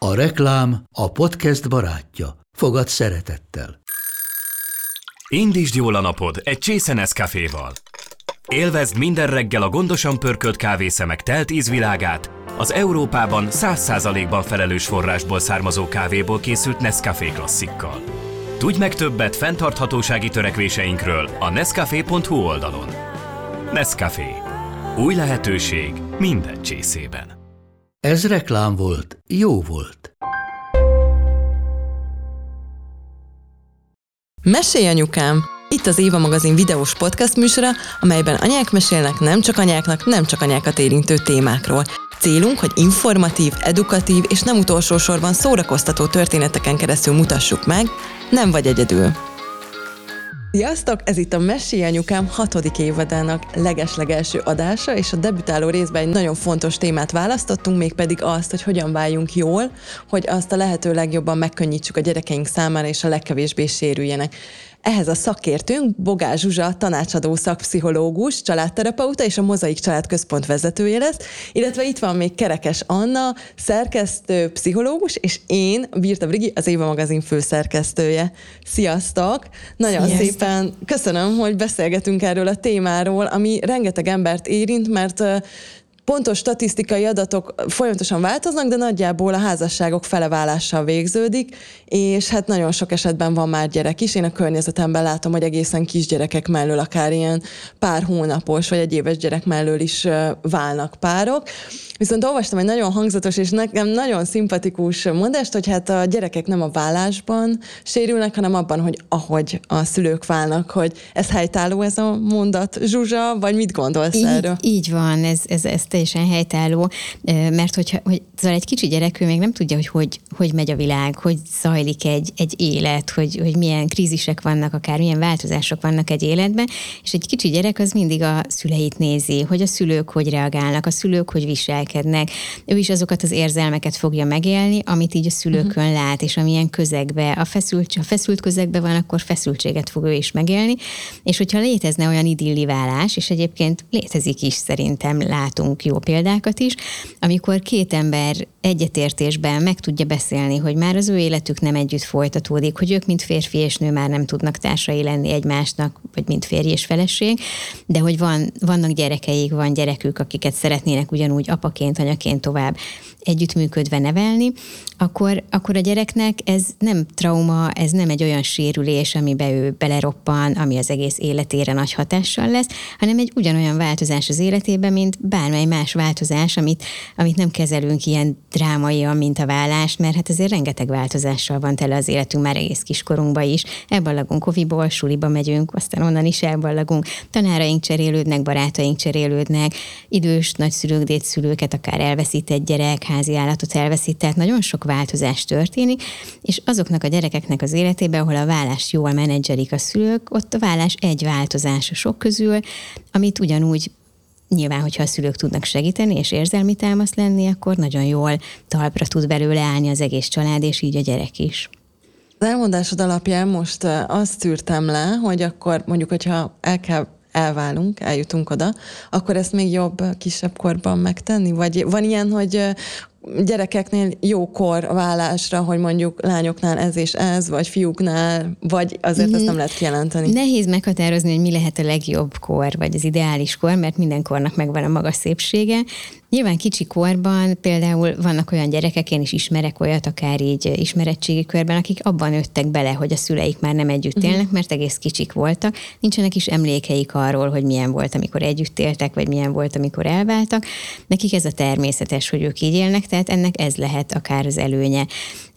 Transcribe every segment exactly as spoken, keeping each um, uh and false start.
A reklám a podcast barátja. Fogad szeretettel. Indítsd jól a napod egy csésze Nescaféval. Élvezd minden reggel a gondosan pörkölt kávészemek telt ízvilágát, az Európában száz százalékban felelős forrásból származó kávéból készült Nescafé klasszikkal. Tudj meg többet fenntarthatósági törekvéseinkről a nescafé pont hu oldalon. Nescafé. Új lehetőség minden csészében. Ez reklám volt, jó volt. Mesélj, anyukám! Itt az Éva magazin videós podcast műsora, amelyben anyák mesélnek nem csak anyáknak, nem csak anyákat érintő témákról. Célunk, hogy informatív, edukatív és nem utolsó sorban szórakoztató történeteken keresztül mutassuk meg, nem vagy egyedül. Sziasztok! Ez itt a Mesélj, anyukám hatodik évadának legeslegelső adása, és a debütáló részben egy nagyon fontos témát választottunk, mégpedig azt, hogy hogyan váljunk jól, hogy azt a lehető legjobban megkönnyítsük a gyerekeink számára, és a legkevésbé sérüljenek. Ehhez a szakértőnk Bogár Zsuzsa, tanácsadó szakpszichológus, családterapeuta és a Mozaik Családközpont vezetője lesz, illetve itt van még Kerekes Anna, szerkesztő, pszichológus, és én, Birta Brigi, az Éva magazin főszerkesztője. Sziasztok! Nagyon Sziasztok. Szépen köszönöm, hogy beszélgetünk erről a témáról, ami rengeteg embert érint, mert pontos statisztikai adatok folyamatosan változnak, de nagyjából a házasságok feleválással végződik, és hát nagyon sok esetben van már gyerek is. Én a környezetemben látom, hogy egészen kisgyerekek mellől, akár ilyen pár hónapos vagy egy éves gyerek mellől is válnak párok. Viszont olvastam egy nagyon hangzatos és nekem nagyon szimpatikus mondást, hogy hát a gyerekek nem a válásban sérülnek, hanem abban, hogy ahogy a szülők válnak, hogy ez helytálló ez a mondat, Zsuzsa, vagy mit gondolsz így, erről? Így van, ez, ez, ez teljesen helytálló, mert hogyha, hogy, szóval egy kicsi gyerek, ő még nem tudja, hogy hogy, hogy megy a világ, hogy zajlik egy, egy élet, hogy, hogy milyen krízisek vannak, akár milyen változások vannak egy életben, és egy kicsi gyerek az mindig a szüleit nézi, hogy a szülők hogy reagálnak, a szülők hogy viselkednek. Ő is azokat az érzelmeket fogja megélni, amit így a szülőkön uh-huh. lát, és amilyen közegbe, a feszült, ha feszült közegbe van, akkor feszültséget fog ő is megélni, és hogyha létezne olyan idilli válás, és egyébként létezik is, szerintem látunk jó példákat is, amikor két ember egyetértésben meg tudja beszélni, hogy már az ő életük nem együtt folytatódik, hogy ők mint férfi és nő már nem tudnak társai lenni egymásnak, vagy mint férj és feleség, de hogy van, vannak gyerekeik, van gyerekük, akiket szeretnének ugyanúgy apaként, anyaként tovább együttműködve nevelni, akkor, akkor a gyereknek ez nem trauma, ez nem egy olyan sérülés, amiben ő beleroppan, ami az egész életére nagy hatással lesz, hanem egy ugyanolyan változás az életében, mint bármely más változás, amit, amit nem kezelünk ilyen drámaian, mint a vállás, mert hát azért rengeteg változással van tele az életünk már egész kiskorunkban is. Elballagunk oviból, suliba megyünk, aztán onnan is elballagunk, tanáraink cserélődnek, barátaink cserélődnek, idős nagyszülők, dédszülőket akár elveszít egy gyerek, házi állatot elveszít, tehát nagyon sok változás történik, és azoknak a gyerekeknek az életében, ahol a vállást jól menedzselik a szülők, ott a vállás egy változás a sok közül, amit ugyanúgy nyilván, hogyha a szülők tudnak segíteni, és érzelmi támasz lenni, akkor nagyon jól talpra tud belőle állni az egész család, és így a gyerek is. Az elmondásod alapján most azt tűrtem le, hogy akkor mondjuk, hogyha el kell elválunk, eljutunk oda, akkor ezt még jobb, kisebb korban megtenni? Vagy van ilyen, hogy gyerekeknél jó kor a vállásra, hogy mondjuk lányoknál ez és ez, vagy fiúknál, vagy azért mm-hmm. ezt nem lehet kijelenteni? Nehéz meghatározni, hogy mi lehet a legjobb kor, vagy az ideális kor, mert minden kornak megvan a maga szépsége. Nyilván kicsi korban például vannak olyan gyerekek, én is ismerek olyat, akár így ismeretségi körben, akik abban nőttek bele, hogy a szüleik már nem együtt élnek, uh-huh. mert egész kicsik voltak. Nincsenek is emlékeik arról, hogy milyen volt, amikor együtt éltek, vagy milyen volt, amikor elváltak. Nekik ez a természetes, hogy ők így élnek, tehát ennek ez lehet akár az előnye.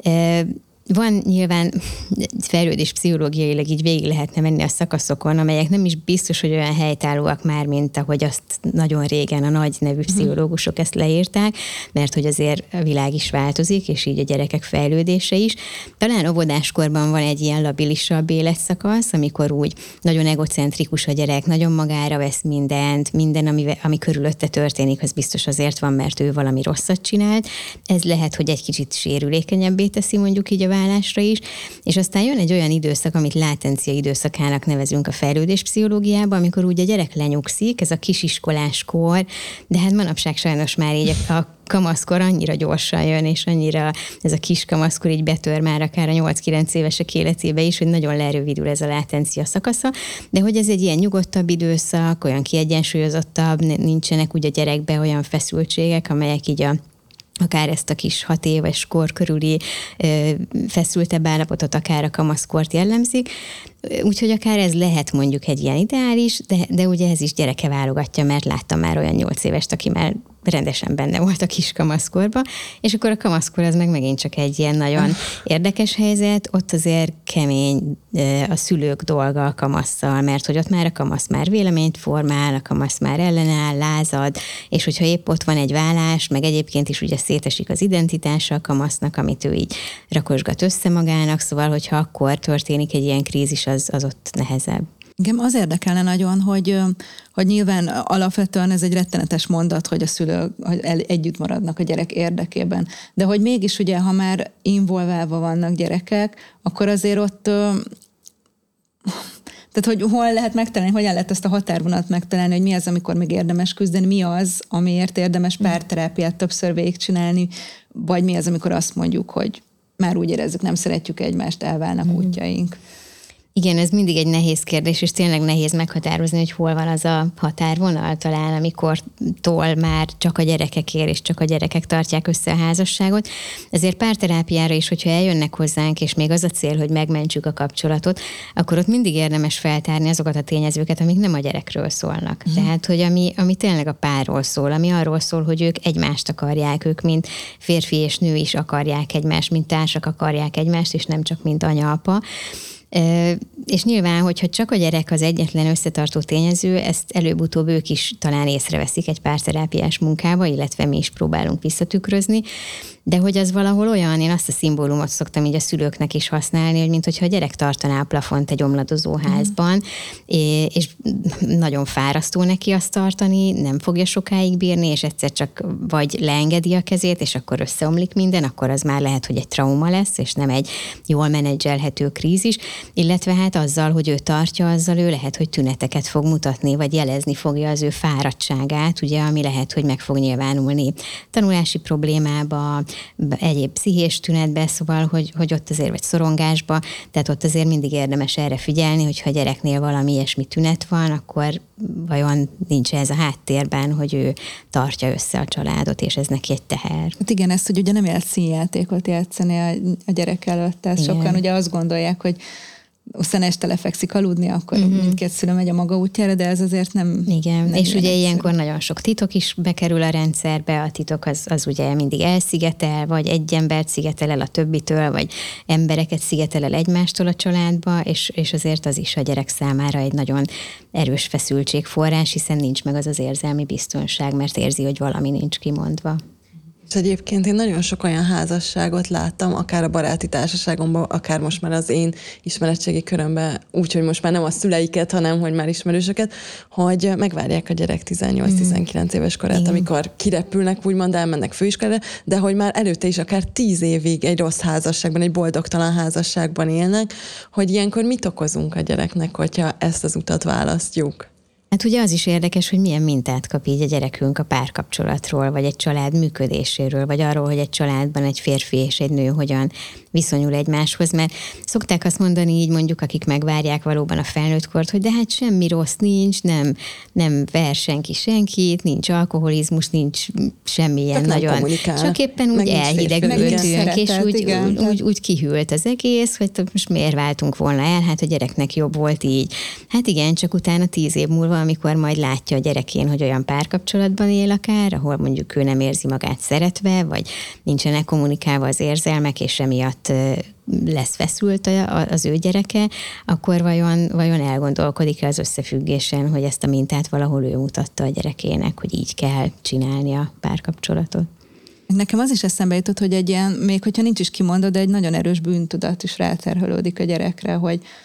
Van nyilván fejlődés pszichológiailag így végig lehetne menni a szakaszokon, amelyek nem is biztos, hogy olyan helytállóak már, mint ahogy azt nagyon régen a nagy nevű pszichológusok ezt leírták, mert hogy azért a világ is változik, és így a gyerekek fejlődése is. Talán óvodáskorban van egy ilyen labilisabb életszakasz, amikor úgy nagyon egocentrikus a gyerek, nagyon magára vesz mindent, minden, ami, ami körülötte történik, az biztos azért van, mert ő valami rosszat csinált. Ez lehet, hogy egy kicsit sérülékenyebbé teszi mondjuk így a válásra is, és aztán jön egy olyan időszak, amit látencia időszakának nevezünk a fejlődéspszichológiában, amikor úgy a gyerek lenyugszik, ez a kisiskoláskor, de hát manapság sajnos már így a kamaszkor annyira gyorsan jön, és annyira ez a kis kamaszkor így betör már akár a nyolc-kilenc évesek életébe is, hogy nagyon lerövidül ez a látencia szakasza, de hogy ez egy ilyen nyugodtabb időszak, olyan kiegyensúlyozottabb, nincsenek úgy a gyerekbe olyan feszültségek, amelyek így a akár ezt a kis hat éves kor körüli ö, feszültebb állapotot, akár a kamaszkort jellemzik. Úgyhogy akár ez lehet mondjuk egy ilyen ideális, de, de ugye ez is gyereke válogatja, mert láttam már olyan nyolc évest, aki már rendesen benne volt a kis kamaszkorba, és akkor a kamaszkor az meg megint csak egy ilyen nagyon érdekes helyzet, ott azért kemény a szülők dolga a kamasszal, mert hogy ott már a kamasz már véleményt formál, a kamasz már ellenáll, lázad, és hogyha épp ott van egy vállás, meg egyébként is ugye szétesik az identitása a kamasznak, amit ő így rakosgat össze magának, szóval hogyha akkor történik egy ilyen krízis, az, az ott nehezebb. Engem az érdekelne nagyon, hogy, hogy nyilván alapvetően ez egy rettenetes mondat, hogy a szülők hogy együtt maradnak a gyerek érdekében. De hogy mégis ugye, ha már involválva vannak gyerekek, akkor azért ott, tehát hogy hol lehet megtalálni, hogyan lehet ezt a határvonat megtalálni, hogy mi az, amikor még érdemes küzdeni, mi az, amiért érdemes párterápiát többször végigcsinálni, vagy mi az, amikor azt mondjuk, hogy már úgy érezzük, nem szeretjük egymást, elválnak mm. útjaink. Igen, ez mindig egy nehéz kérdés, és tényleg nehéz meghatározni, hogy hol van az a határvonal talán, amikortól már csak a gyerekekért és csak a gyerekek tartják össze a házasságot. Ezért párterápiára is, hogyha eljönnek hozzánk, és még az a cél, hogy megmentsük a kapcsolatot, akkor ott mindig érdemes feltárni azokat a tényezőket, amik nem a gyerekről szólnak. Mm. Tehát, hogy ami, ami tényleg a párról szól, ami arról szól, hogy ők egymást akarják, ők mint férfi és nő is akarják egymást, mint társak akarják egymást, és nem csak mint anya-apa. És nyilván, hogyha csak a gyerek az egyetlen összetartó tényező, ezt előbb-utóbb ők is talán észreveszik egy párterápiás munkába, illetve mi is próbálunk visszatükrözni, de hogy az valahol olyan, én azt a szimbólumot szoktam így a szülőknek is használni, hogy mint hogyha a gyerek tartaná a plafont egy omladozó házban, mm. és nagyon fárasztó neki azt tartani, nem fogja sokáig bírni, és egyszer csak vagy leengedi a kezét, és akkor összeomlik minden, akkor az már lehet, hogy egy trauma lesz, és nem egy jól menedzselhető krízis, illetve hát azzal, hogy ő tartja, azzal ő lehet, hogy tüneteket fog mutatni, vagy jelezni fogja az ő fáradtságát, ugye, ami lehet, hogy meg fog nyilvánulni tanulási problémába, egyéb pszichés tünetbe, szóval, hogy, hogy ott azért vagy szorongásba, tehát ott azért mindig érdemes erre figyelni, hogyha a gyereknél valami ilyesmi tünet van, akkor vajon nincs ez a háttérben, hogy ő tartja össze a családot, és ez neki egy teher. Hát igen, ezt, hogy ugye nem lehet színjátékot játszani a, a gyerek előtt, tehát igen. Sokan ugye azt gondolják, hogy aztán este lefekszik aludni, akkor uh-huh. mindkét szülő megy a maga útjára, de ez azért nem... Igen, nem és ugye egyszerű. Ilyenkor nagyon sok titok is bekerül a rendszerbe, a titok az, az ugye mindig elszigetel, vagy egy embert szigetel el a többitől, vagy embereket szigetel el egymástól a családba, és, és azért az is a gyerek számára egy nagyon erős feszültségforrás, hiszen nincs meg az az érzelmi biztonság, mert érzi, hogy valami nincs kimondva. És egyébként én nagyon sok olyan házasságot láttam, akár a baráti társaságomban, akár most már az én ismeretségi körömben, úgyhogy most már nem a szüleiket, hanem hogy már ismerősöket, hogy megvárják a gyerek tizennyolc-tizenkilenc éves korát, igen. amikor kirepülnek, úgymond elmennek főiskolára, de hogy már előtte is akár tíz évig egy rossz házasságban, egy boldogtalan házasságban élnek, hogy ilyenkor mit okozunk a gyereknek, hogyha ezt az utat választjuk? Hát ugye az is érdekes, hogy milyen mintát kap így a gyerekünk a párkapcsolatról, vagy egy család működéséről, vagy arról, hogy egy családban egy férfi és egy nő hogyan viszonyul egymáshoz, mert szokták azt mondani így mondjuk, akik megvárják valóban a felnőttkort, hogy de hát semmi rossz nincs, nem, nem ver senki senkit, nincs alkoholizmus, nincs semmilyen nagyon. Csak éppen úgy elhidegültünk, és úgy, igen, úgy, úgy, úgy kihűlt az egész, hogy most miért váltunk volna el, hát a gyereknek jobb volt így. Hát igen, csak utána tíz év múlva, amikor majd látja a gyerekén, hogy olyan párkapcsolatban él akár, ahol mondjuk ő nem érzi magát szeretve, vagy nincsenek kommunikálva az érzelmek, és emiatt lesz feszült az ő gyereke, akkor vajon, vajon elgondolkodik-e az összefüggésen, hogy ezt a mintát valahol ő mutatta a gyerekének, hogy így kell csinálni a párkapcsolatot. Nekem az is eszembe jutott, hogy egy ilyen, még hogyha nincs is kimondva, de egy nagyon erős bűntudat is ráterhelődik a gyerekre, hogy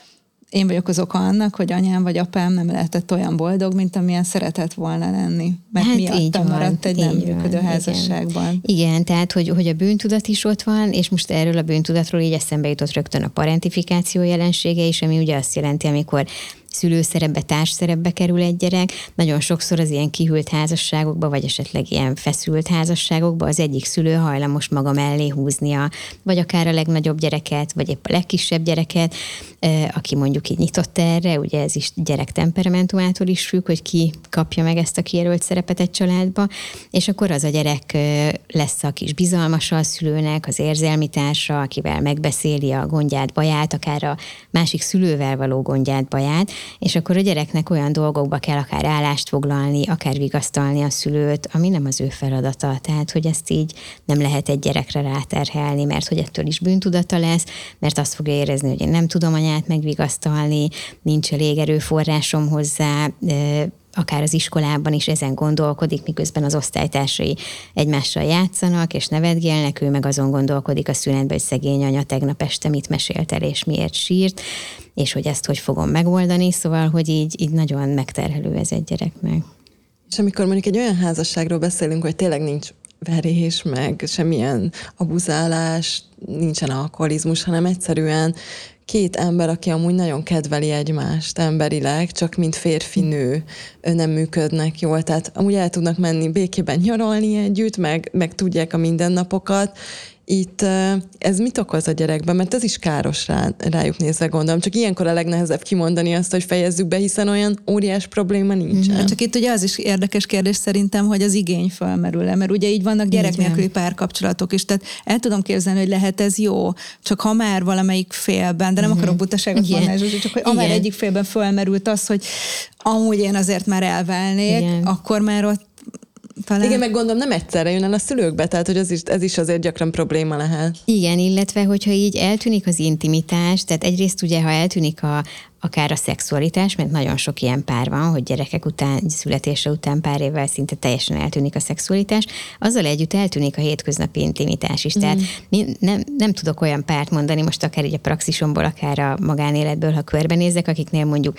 én vagyok az oka annak, hogy anyám vagy apám nem lehetett olyan boldog, mint amilyen szeretett volna lenni. Mert hát miattam maradt egy nem működő van, házasságban. Igen. igen, tehát hogy, hogy a bűntudat is ott van, és most erről a bűntudatról így eszembe jutott rögtön a parentifikáció jelensége is, ami ugye azt jelenti, amikor szülőszerepbe, társszerepbe kerül egy gyerek. Nagyon sokszor az ilyen kihűlt házasságokba, vagy esetleg ilyen feszült házasságokba az egyik szülő hajlamos maga mellé húznia, vagy akár a legnagyobb gyereket, vagy épp a legkisebb gyereket, aki mondjuk így nyitott erre, ugye ez is gyerek temperamentumától is függ, hogy ki kapja meg ezt a kijelölt szerepet egy családba, és akkor az a gyerek lesz a kis bizalmasa a szülőnek, az érzelmi társa, akivel megbeszéli a gondját, baját, akár a másik szülővel való gondját, baját, és akkor a gyereknek olyan dolgokba kell akár állást foglalni, akár vigasztalni a szülőt, ami nem az ő feladata. Tehát, hogy ezt így nem lehet egy gyerekre ráterhelni, mert hogy ettől is bűntudata lesz, mert azt fogja érezni, hogy én nem tudom anyát megvigasztalni, nincs elég erőforrásom hozzá, akár az iskolában is ezen gondolkodik, miközben az osztálytársai egymással játszanak, és nevetgélnek, ő meg azon gondolkodik a szünetben, hogy szegény anya tegnap este mit mesélt el, és miért sírt, és hogy ezt hogy fogom megoldani, szóval, hogy így, így nagyon megterhelő ez egy gyereknek. És amikor mondjuk egy olyan házasságról beszélünk, hogy tényleg nincs verés, meg semmilyen abuzálás, nincsen alkoholizmus, hanem egyszerűen két ember, aki amúgy nagyon kedveli egymást emberileg, csak mint férfi-nő nem működnek jól. Tehát amúgy el tudnak menni békében nyaralni együtt, meg, meg tudják a mindennapokat. Itt ez mit okoz a gyerekben? Mert ez is káros rá, rájuk nézve, gondolom. Csak ilyenkor a legnehezebb kimondani azt, hogy fejezzük be, hiszen olyan óriás probléma nincsen. Mm-hmm. Csak itt ugye az is érdekes kérdés szerintem, hogy az igény felmerül-e, mert ugye így vannak gyerek nélküli párkapcsolatok is, tehát el tudom képzelni, hogy lehet ez jó, csak ha már valamelyik félben, de nem mm-hmm. akarok butaságot mondani, Zsuzsi, csak hogy amár egyik félben felmerült az, hogy amúgy én azért már elválnék, igen. akkor már ott talán... Igen, meg gondolom nem egyszerre jön el a szülőkbe, tehát hogy ez is, ez is azért gyakran probléma lehet. Igen, illetve hogyha így eltűnik az intimitás, tehát egyrészt ugye, ha eltűnik a, akár a szexualitás, mert nagyon sok ilyen pár van, hogy gyerekek után, születése után pár évvel szinte teljesen eltűnik a szexualitás, azzal együtt eltűnik a hétköznapi intimitás is. Mm. Tehát nem, nem tudok olyan párt mondani, most akár így a praxisomból, akár a magánéletből, ha körbenézek, akiknél mondjuk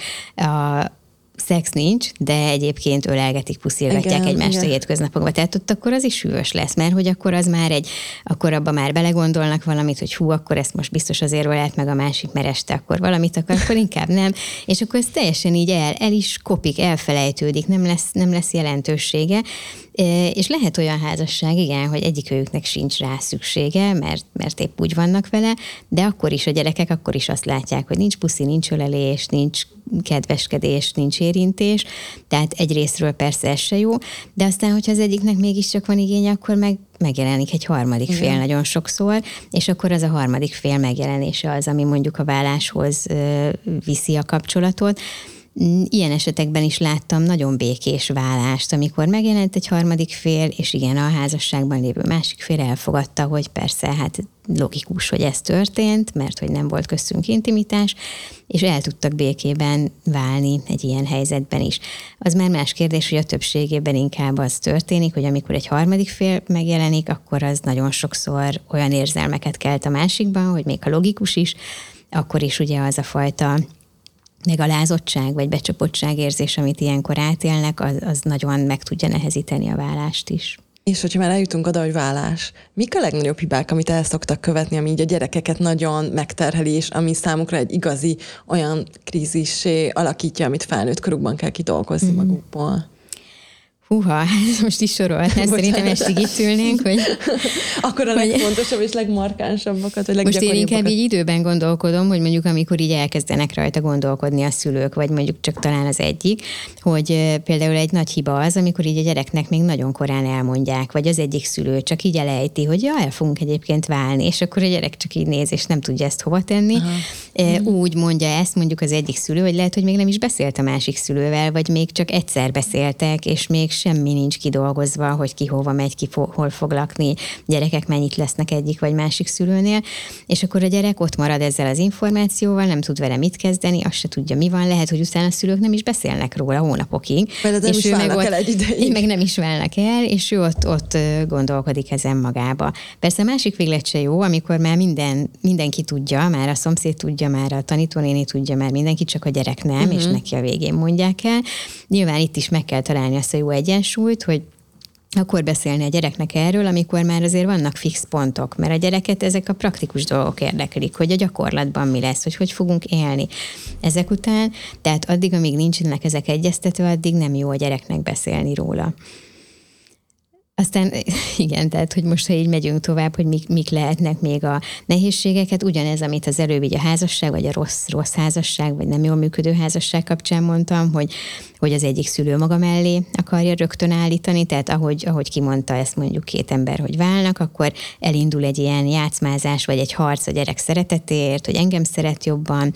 a szex nincs, de egyébként ölelgetik, puszilgatják egymást a hétköznapokban. Tehát ott akkor az is hűvös lesz, mert hogy akkor az már egy, akkor abban már belegondolnak valamit, hogy hú, akkor ezt most biztos azért ölelt meg a másik, mert este akkor valamit akar, akkor inkább nem. És akkor ez teljesen így el, el is kopik, elfelejtődik, nem lesz, nem lesz jelentősége. És lehet olyan házasság, igen, hogy egyikőjüknek sincs rá szüksége, mert, mert épp úgy vannak vele, de akkor is a gyerekek akkor is azt látják, hogy nincs puszi, nincs ölelés, nincs kedveskedés, nincs érintés, tehát egyrésztről persze ez se jó, de aztán, hogyha az egyiknek mégiscsak van igénye, akkor meg megjelenik egy harmadik fél igen. nagyon sokszor, és akkor az a harmadik fél megjelenése az, ami mondjuk a váláshoz viszi a kapcsolatot. Ilyen esetekben is láttam nagyon békés válást, amikor megjelent egy harmadik fél, és igen, a házasságban lévő másik fél elfogadta, hogy persze, hát logikus, hogy ez történt, mert hogy nem volt köztünk intimitás, és el tudtak békében válni egy ilyen helyzetben is. Az már más kérdés, hogy a többségében inkább az történik, hogy amikor egy harmadik fél megjelenik, akkor az nagyon sokszor olyan érzelmeket kelt a másikban, hogy még a logikus is, akkor is ugye az a fajta megalázottság vagy becsapottság érzés, amit ilyenkor átélnek, az, az nagyon meg tudja nehezíteni a válást is. És hogyha már eljutunk oda, hogy vállás, mik a legnagyobb hibák, amit el szoktak követni, ami így a gyerekeket nagyon megterheli, és ami számukra egy igazi olyan krízissé alakítja, amit felnőtt korukban kell kidolgozni mm. magukból? Húha, most is sorolhatnál, szerintem estig itt ülnénk, hogy... Akkor a legfontosabb és legmarkánsabbakat, vagy most én inkább így időben gondolkodom, hogy mondjuk amikor így elkezdenek rajta gondolkodni a szülők, vagy mondjuk csak talán az egyik, hogy például egy nagy hiba az, amikor így a gyereknek még nagyon korán elmondják, vagy az egyik szülő csak így elejti, hogy ja, el fogunk egyébként válni, és akkor a gyerek csak így néz, és nem tudja ezt hova tenni. Aha. Úgy mondja ezt mondjuk az egyik szülő, hogy lehet, hogy még nem is beszélt a másik szülővel, vagy még csak egyszer beszéltek, és még semmi nincs kidolgozva, hogy ki hova megy, ki fo- hol fog lakni, gyerekek mennyit lesznek egyik vagy másik szülőnél, és akkor a gyerek ott marad ezzel az információval, nem tud vele mit kezdeni, azt se tudja, mi van, lehet, hogy utána a szülők nem is beszélnek róla hónapokig. Mert nem is válnak el egy ideig. Meg nem is válnak el, és ő ott, ott gondolkodik ezen magába. Persze a másik véglet se jó, amikor már minden, mindenki tudja, már a szomszéd tudja, már a tanítónéni tudja, már mindenki, csak a gyerek nem, uh-huh. és neki a végén mondják el. Nyilván itt is meg kell találni azt a jó egyensúlyt, hogy akkor beszélni a gyereknek erről, amikor már azért vannak fix pontok, mert a gyereket ezek a praktikus dolgok érdeklik, hogy a gyakorlatban mi lesz, hogy hogy fogunk élni ezek után, tehát addig, amíg nincsenek ezek egyeztetve, addig nem jó a gyereknek beszélni róla. Aztán igen, tehát, hogy most, ha így megyünk tovább, hogy mik, mik lehetnek még a nehézségeket, ugyanez, amit az előbb így a házasság, vagy a rossz, rossz házasság, vagy nem jól működő házasság kapcsán mondtam, hogy, hogy az egyik szülő maga mellé akarja rögtön állítani, tehát ahogy, ahogy kimondta ezt mondjuk két ember, hogy válnak, akkor elindul egy ilyen játszmázás, vagy egy harc a gyerek szeretetéért, hogy engem szeret jobban,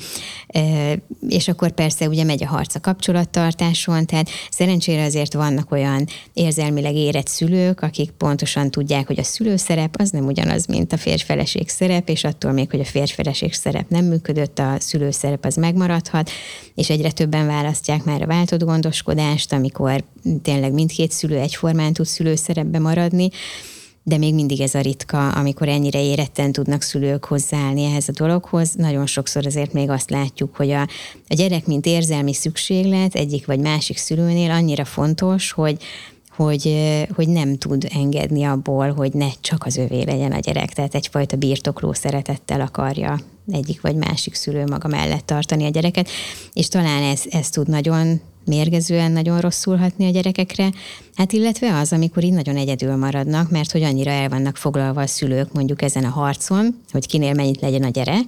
és akkor persze ugye megy a harc a kapcsolattartáson, tehát szerencsére azért vannak olyan érzelmileg érett szülők, akik pontosan tudják, hogy a szülőszerep az nem ugyanaz, mint a férjfeleség szerep, és attól még, hogy a férjfeleség szerep nem működött, a szülőszerep az megmaradhat, és egyre többen választják már a váltott gondoskodást, amikor tényleg mindkét szülő egyformán tud szülőszerepbe maradni, de még mindig ez a ritka, amikor ennyire éretten tudnak szülők hozzáállni ehhez a dologhoz. Nagyon sokszor azért még azt látjuk, hogy a, a gyerek, mint érzelmi szükséglet egyik vagy másik szülőnél annyira fontos, hogy Hogy, hogy nem tud engedni abból, hogy ne csak az övé legyen a gyerek. Tehát egyfajta birtokló szeretettel akarja egyik vagy másik szülő maga mellett tartani a gyereket, és talán ez, ez tud nagyon mérgezően, nagyon rosszul hatni a gyerekekre, hát illetve az, amikor így nagyon egyedül maradnak, mert hogy annyira el vannak foglalva a szülők mondjuk ezen a harcon, hogy kinél mennyit legyen a gyerek,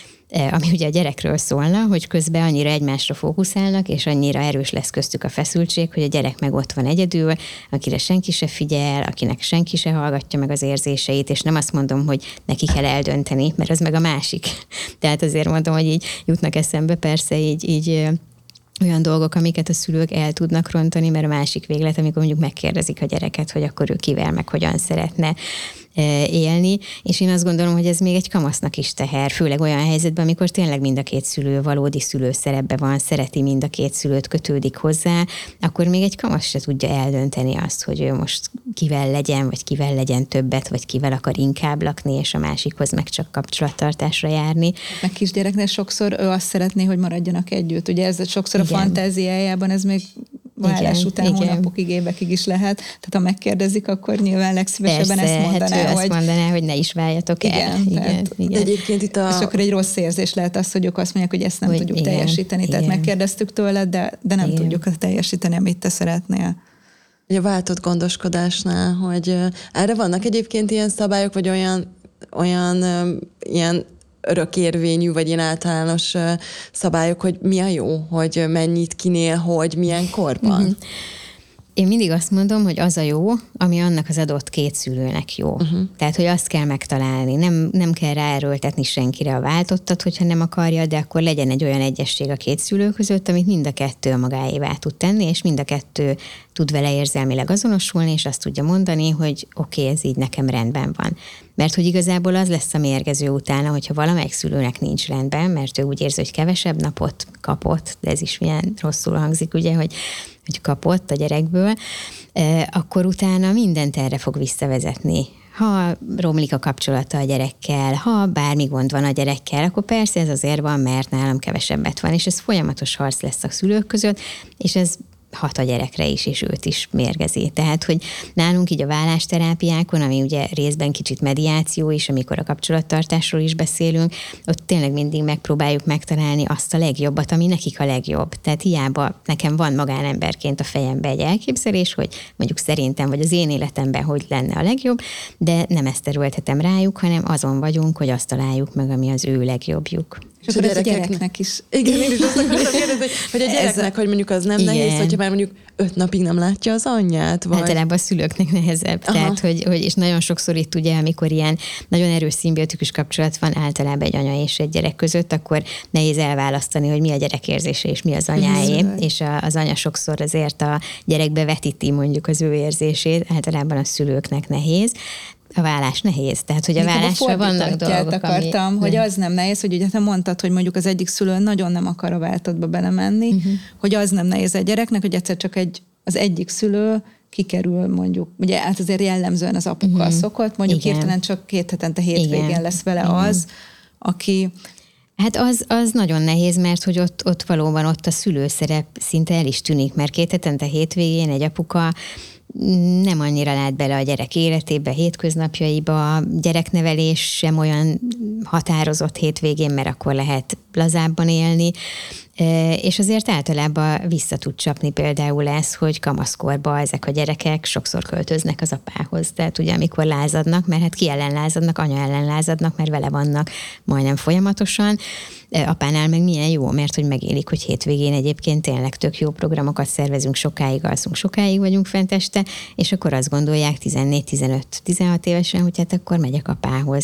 ami ugye a gyerekről szólna, hogy közben annyira egymásra fókuszálnak, és annyira erős lesz köztük a feszültség, hogy a gyerek meg ott van egyedül, akire senki se figyel, akinek senki se hallgatja meg az érzéseit, és nem azt mondom, hogy neki kell eldönteni, mert az meg a másik. Tehát azért mondom, hogy így jutnak eszembe persze így, így olyan dolgok, amiket a szülők el tudnak rontani, mert a másik véglet, amikor mondjuk megkérdezik a gyereket, hogy akkor ő kivel, meg hogyan szeretne élni, és én azt gondolom, hogy ez még egy kamasznak is teher, főleg olyan helyzetben, amikor tényleg mind a két szülő valódi szülőszerepben van, szereti mind a két szülőt, kötődik hozzá, akkor még egy kamasz se tudja eldönteni azt, hogy ő most kivel legyen, vagy kivel legyen többet, vagy kivel akar inkább lakni, és a másikhoz meg csak kapcsolattartásra járni. Meg kisgyereknél sokszor ő azt szeretné, hogy maradjanak együtt. Ugye ez sokszor igen. A fantáziájában ez még vállás után igen. hónapokig, évekig is lehet. Tehát ha megkérdezik, akkor nyilván legszívesebben persze, ezt mondaná, hát hogy... ezt mondaná, hogy ne is váljatok igen, el. Igen, tehát, igen. Egyébként itt a... És akkor egy rossz érzés lehet az, hogy ők azt mondják, hogy ezt nem hogy tudjuk igen, teljesíteni. igen. Tehát megkérdeztük tőled, de, de nem igen. tudjuk teljesíteni, amit te szeretnél. A váltott gondoskodásnál, hogy erre vannak egyébként ilyen szabályok, vagy olyan, olyan ilyen örökérvényű, vagy ilyen általános szabályok, hogy mi a jó, hogy mennyit, kinél, hogy, milyen korban? Uh-huh. Én mindig azt mondom, hogy az a jó, ami annak az adott két szülőnek jó. Uh-huh. Tehát, hogy azt kell megtalálni. Nem, nem kell ráerőltetni senkire a váltottat, hogyha nem akarja, de akkor legyen egy olyan egyesség a két szülő között, amit mind a kettő magáévá tud tenni, és mind a kettő tud vele érzelmileg azonosulni, és azt tudja mondani, hogy oké, okay, ez így nekem rendben van. Mert hogy igazából az lesz a mérgező utána, hogyha valamelyik szülőnek nincs rendben, mert ő úgy érzi, hogy kevesebb napot kapott, de ez is milyen rosszul hangzik, ugye, hogy, hogy kapott a gyerekből, akkor utána mindent erre fog visszavezetni. Ha romlik a kapcsolata a gyerekkel, ha bármi gond van a gyerekkel, akkor persze ez azért van, mert nálam kevesebbet van, és ez folyamatos harc lesz a szülők között, és ez hat a gyerekre is, és őt is mérgezi. Tehát, hogy nálunk így a vállásterápiákon, ami ugye részben kicsit mediáció is, amikor a kapcsolattartásról is beszélünk, ott tényleg mindig megpróbáljuk megtalálni azt a legjobbat, ami nekik a legjobb. Tehát hiába nekem van magánemberként a fejemben egy elképzelés, hogy mondjuk szerintem, vagy az én életemben hogy lenne a legjobb, de nem ezt erőltetem rájuk, hanem azon vagyunk, hogy azt találjuk meg, ami az ő legjobbjuk. És, és akkor a gyerekeknek, gyereknek is. Igen, én is azt akartam kérdezni, hogy a gyereknek, hogy mondjuk az nem igen. nehéz, hogyha már mondjuk öt napig nem látja az anyját. Vagy... Általában a szülőknek nehezebb. Aha. Tehát, hogy, hogy, és nagyon sokszor itt ugye, amikor ilyen nagyon erős szimbiotikus kapcsolat van általában egy anya és egy gyerek között, akkor nehéz elválasztani, hogy mi a gyerek érzése és mi az anyáé. Mm. És a, az anya sokszor azért a gyerekbe vetíti mondjuk az ő érzését, általában a szülőknek nehéz. A vállás nehéz, tehát hogy a vállásra vannak dolgok, akartam, ami... hogy az nem nehéz, hogy ugye te mondtad, hogy mondjuk az egyik szülő nagyon nem akar a váltatba belemenni, uh-huh. hogy az nem nehéz a gyereknek, hogy egyszer csak egy, az egyik szülő kikerül mondjuk, ugye hát azért jellemzően az apukkal uh-huh. szokott, mondjuk igen. hirtelen csak két hetente hétvégén igen. lesz vele igen. az, aki... Hát az, az nagyon nehéz, mert hogy ott, ott valóban ott a szülőszerep szinte el is tűnik, mert két hetente hétvégén egy apuka nem annyira lát bele a gyerek életébe, hétköznapjaiba, gyereknevelés sem olyan határozott hétvégén, mert akkor lehet lazábban élni, és azért általában vissza tud csapni például ez, hogy kamaszkorban ezek a gyerekek sokszor költöznek az apához. Tehát ugye amikor lázadnak, mert hát ki ellen lázadnak, anya ellen lázadnak, mert vele vannak majdnem folyamatosan. Apánál meg milyen jó, mert hogy megélik, hogy hétvégén egyébként tényleg tök jó programokat szervezünk, sokáig alszunk, sokáig vagyunk fent este, és akkor azt gondolják tizennégy, tizenöt, tizenhat évesen, hogy hát akkor megyek apához.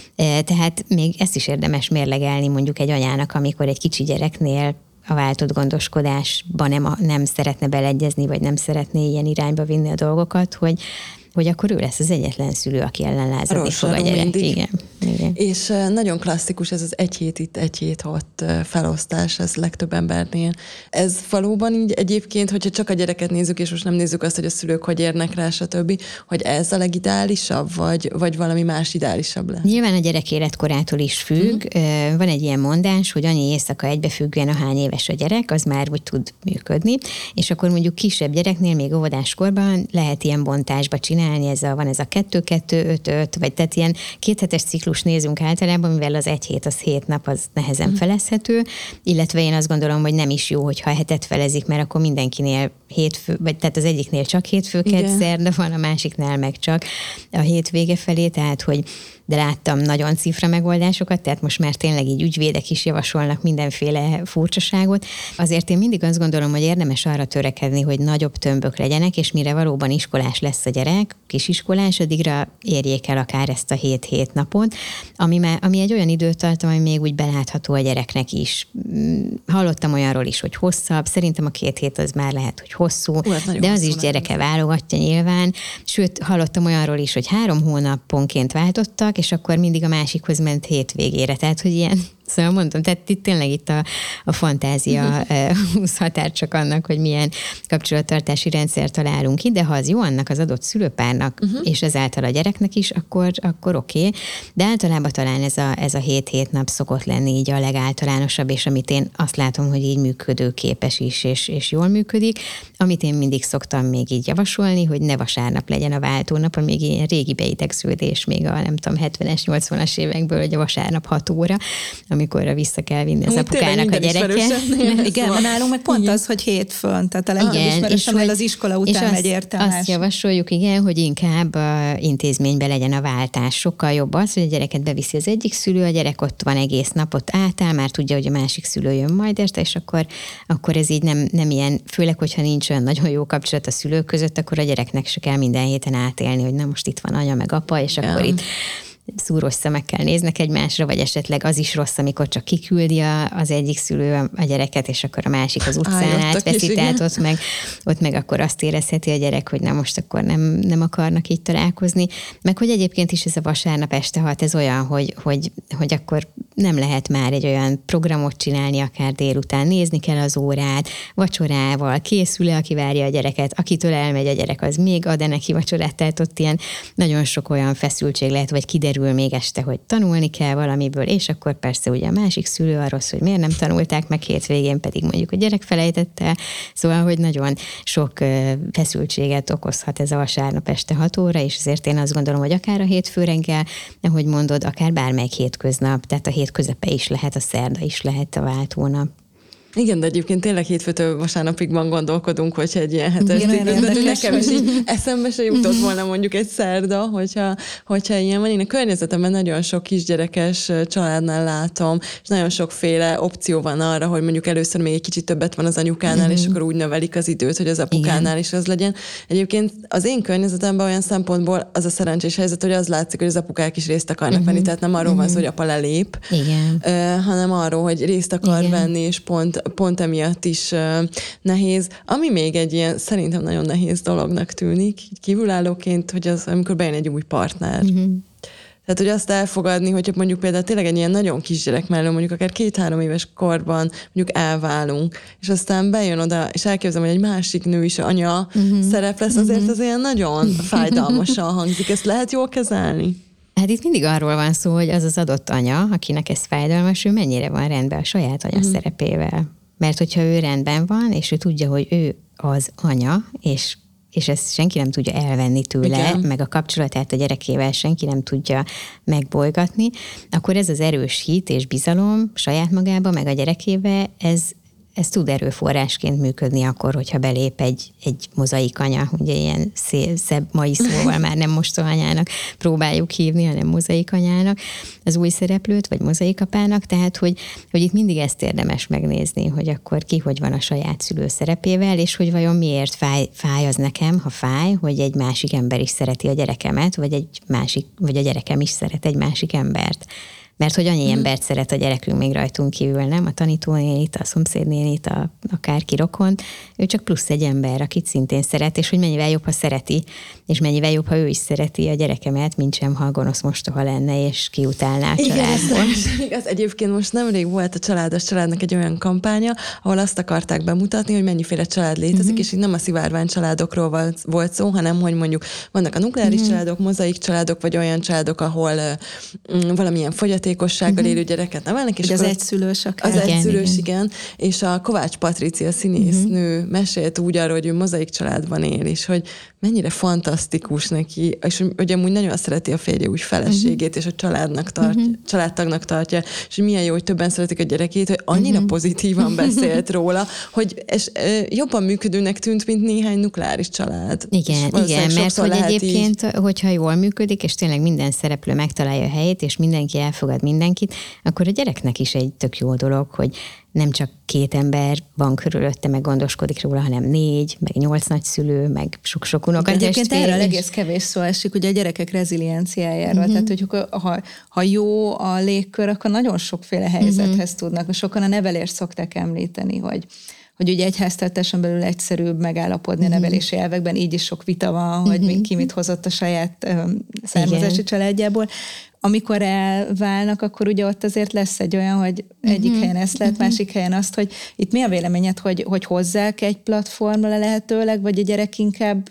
Tehát még ezt is érdemes mérlegelni mondjuk egy anyának, amikor egy kicsi gyereknél a váltott gondoskodásba nem, nem szeretne beleegyezni, vagy nem szeretné ilyen irányba vinni a dolgokat, hogy hogy akkor ő lesz az egyetlen szülő, aki ellen lázadni fog a gyerek. Igen. Igen. És nagyon klasszikus ez az egy hét itt, egy hét ott felosztás, ez legtöbb embernél. Ez valóban így egyébként, hogyha csak a gyereket nézzük, és most nem nézzük azt, hogy a szülők hogy érnek rá, stb., hogy ez a legideálisabb, vagy, vagy valami más ideálisabb lesz? Nyilván a gyerek életkorától is függ. Mm. Van egy ilyen mondás, hogy annyi éjszaka egybefüggően, ahány éves a gyerek, az már úgy tud működni, és akkor mondjuk kisebb gyereknél, még óvodáskorban lehet ilyen bontásba csinálni, ez a, van ez a kettő-kettő, öt-öt, vagy tehát ilyen kéthetes ciklus nézünk általában, mivel az egy hét, az hét nap, az nehezen mm. felezhető, illetve én azt gondolom, hogy nem is jó, hogyha hetet felezik, mert akkor mindenkinél hétfő, vagy tehát az egyiknél csak hétfő, kedd, szerda van, a másiknál meg csak a hétvége felé, tehát hogy de láttam nagyon cifra megoldásokat, tehát most már tényleg így ügyvédek is javasolnak mindenféle furcsaságot. Azért én mindig azt gondolom, hogy érdemes arra törekedni, hogy nagyobb tömbök legyenek, és mire valóban iskolás lesz a gyerek, kisiskolás, addigra érjék el akár ezt a hét-hét napot, ami, már, ami egy olyan időtartam, ami még úgy belátható a gyereknek is. Hallottam olyanról is, hogy hosszabb, szerintem a két hét az már lehet, hogy hosszú, Hú, de az is gyereke válogatja nyilván. Sőt, hallottam olyanról is, hogy három hónaponként váltottak, és akkor mindig a másikhoz ment hétvégére. Tehát, hogy ilyen, szóval mondtam, tehát itt tényleg itt a, a fantázia uh-huh. húzhat át csak annak, hogy milyen kapcsolattartási rendszert találunk ki, de ha az jó annak az adott szülőpárnak, uh-huh. és ezáltal a gyereknek is, akkor, akkor oké. Okay. De általában talán ez a, ez a hét-hét nap szokott lenni így a legáltalánosabb, és amit én azt látom, hogy így működőképes is, és, és jól működik. Amit én mindig szoktam még így javasolni, hogy ne vasárnap legyen a váltónap, amíg ilyen régi beidegződés még a nem tudom, hetvenes, nyolcvanas évekből, hogy a vasárnap hat óra, amikorra vissza kell vinni az apukának a gyereket. Igen, van nálunk meg pont igen. az, hogy hétfőn, tehát a legjobb ismerősömmel az iskola után megy értelmes. Azt javasoljuk, igen, hogy inkább a intézményben legyen a váltás. Sokkal jobb az, hogy a gyereket beviszi az egyik szülő, a gyerek ott van egész napot átáll, már tudja, hogy a másik szülő jön majd este, és akkor, akkor ez így nem, nem ilyen, főleg, hogyha nincs olyan nagyon jó kapcsolat a szülők között, akkor a gyereknek se kell minden héten átélni, hogy na most itt van anya meg apa, és ja. akkor itt szúros szemekkel néznek egymásra, vagy esetleg az is rossz, amikor csak kiküldi a, az egyik szülő a gyereket, és akkor a másik az utcán átveszi, tehát ott meg, ott meg akkor azt érezheti a gyerek, hogy na most akkor nem, nem akarnak így találkozni. Meg hogy egyébként is ez a vasárnap este hat, ez olyan, hogy, hogy, hogy akkor nem lehet már egy olyan programot csinálni, akár délután nézni kell az órát, vacsorával, készül-e, aki várja a gyereket, akitől elmegy a gyerek, az még ad-e neki vacsorát, tehát ott ilyen nagyon sok olyan feszültség lehet, vagy kiderül még este, hogy tanulni kell valamiből, és akkor persze ugye a másik szülő arról, hogy miért nem tanulták meg, hétvégén pedig mondjuk a gyerek felejtette, szóval, hogy nagyon sok feszültséget okozhat ez a vasárnap este hat óra, és ezért én azt gondolom, hogy akár a hétfő reggel, ahogy mondod, akár bármelyik hétköznap, tehát a hét közepe is lehet, a szerda is lehet a váltónap. Igen, de egyébként tényleg hétfőtől vasárnapig van gondolkodunk, hogyha egy ilyen hetes de nekem is így eszembe se jutott volna mondjuk egy szerda, hogyha, hogyha ilyen van. Én a környezetemben nagyon sok kisgyerekes családnál látom, és nagyon sokféle opció van arra, hogy mondjuk először még egy kicsit többet van az anyukánál, és akkor úgy növelik az időt, hogy az apukánál Igen. is az legyen. Egyébként az én környezetemben olyan szempontból az a szerencsés helyzet, hogy az látszik, hogy az apukák is részt akarnak uh-huh. venni, tehát nem arról uh-huh. van szó, hogy apa lelép, Igen. Uh, hanem arról, hogy részt akar Igen. venni, és pont, pont emiatt is uh, nehéz. Ami még egy ilyen szerintem nagyon nehéz dolognak tűnik, kívülállóként, hogy az, amikor bejön egy új partner. Uh-huh. Tehát, hogy azt elfogadni, hogyha mondjuk például tényleg egy ilyen nagyon kisgyerek mellől, mondjuk akár két-három éves korban mondjuk elválunk, és aztán bejön oda, és elképzelem, hogy egy másik nő is anya uh-huh. szerep lesz, azért uh-huh. az ilyen nagyon fájdalmasan hangzik. Ezt lehet jól kezelni? Hát itt mindig arról van szó, hogy az az adott anya, akinek ez fájdalmas, ő mennyire van rendben a saját anya uh-huh. szerepével. Mert hogyha ő rendben van, és ő tudja, hogy ő az anya, és és ezt senki nem tudja elvenni tőle, Igen. meg a kapcsolatát a gyerekével senki nem tudja megbolygatni, akkor ez az erős hit és bizalom saját magába, meg a gyerekével, ez, ez tud erőforrásként működni akkor, hogyha belép egy, egy mozaik anya, ugye ilyen szép, szebb mai szóval már nem mostohanyának próbáljuk hívni, hanem mozaik anyának az új szereplőt, vagy mozaik apának, tehát hogy, hogy itt mindig ezt érdemes megnézni, hogy akkor ki hogy van a saját szülő szerepével, és hogy vajon miért fáj, fáj az nekem, ha fáj, hogy egy másik ember is szereti a gyerekemet, vagy egy másik, vagy a gyerekem is szeret egy másik embert. Mert hogy annyi embert szeret a gyerekünk még rajtunk kívül, nem? A tanítónénit, a szomszédnénit, a, akárki rokon, ő csak plusz egy ember, akit szintén szeret, és hogy mennyivel jobb, ha szereti, és mennyivel jobb, ha ő is szereti a gyerekemet, mint sem, ha gonosz mostoha lenne, és kiutálná a családból. Igen, az egyébként most nemrég volt a Családos Családnak egy olyan kampánya, ahol azt akarták bemutatni, hogy mennyiféle család létezik, uh-huh. és így nem a szivárvány családokról volt, volt szó, hanem hogy mondjuk vannak a nukleáris uh-huh. családok, mozaik családok, vagy olyan családok, ahol uh, valamilyen fogyatékossággal uh-huh. élő gyereket nevelnek. És az egyszülős akár. Az egyszülős, igen, igen. És a Kovács Patricia színésznő uh-huh. mesélt úgy arról, hogy ő mozaik családban él, és hogy mennyire fantasztikus neki, és hogy amúgy nagyon szereti a férje úgy feleségét, uh-huh. és a családnak tart, uh-huh. családtagnak tartja, és milyen jó, hogy többen szeretik a gyerekét, hogy annyira uh-huh. pozitívan beszélt róla, hogy és, e, jobban működőnek tűnt, mint néhány nukleáris család. Igen, igen, mert hogy egyébként, így... hogyha jól működik, és tényleg minden szereplő megtalálja a helyét, és mindenki elfogad mindenkit, akkor a gyereknek is egy tök jó dolog, hogy nem csak két ember van körülötte, meg gondoskodik róla, hanem négy, meg nyolc nagyszülő, meg sok-sok unokatestvér. Egyébként erről egész kevés szó esik, ugye a gyerekek rezilienciájáról. Uh-huh. Tehát, hogy ha, ha jó a légkör, akkor nagyon sokféle helyzethez uh-huh. tudnak. Sokan a nevelést szokták említeni, hogy hogy ugye egy háztartáson belül egyszerűbb megállapodni uh-huh. a nevelési elvekben, így is sok vita van, hogy uh-huh. ki mit hozott a saját um, származási Igen. családjából. Amikor elválnak, akkor ugye ott azért lesz egy olyan, hogy egyik uh-huh. helyen ezt lehet, uh-huh. másik helyen azt, hogy itt mi a véleményed, hogy, hogy hozzák egy platformra lehetőleg, vagy a gyerek inkább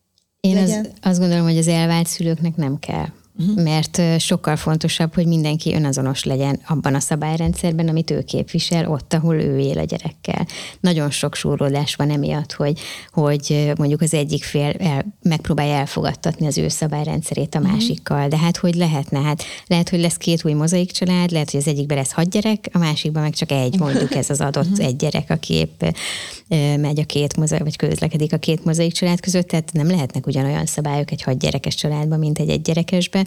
Én az, azt gondolom, hogy az elvált szülőknek nem kell. Uh-huh. Mert sokkal fontosabb, hogy mindenki önazonos legyen abban a szabályrendszerben, amit ő képvisel, ott, ahol ő él a gyerekkel. Nagyon sok súrlódás van emiatt, hogy, hogy mondjuk az egyik fél el, megpróbálja elfogadtatni az ő szabályrendszerét a uh-huh. másikkal, de hát hogy lehetne? Hát lehet, hogy lesz két új mozaik család, lehet, hogy az egyikben lesz hat gyerek, a másikban meg csak egy, mondjuk ez az adott uh-huh. egy gyerek, aki épp megy a két mozaik, vagy közlekedik a két mozaik család között, tehát nem lehetnek ugyanolyan szabályok egy hat gyerekes családban, mint egy egy gyerekesben.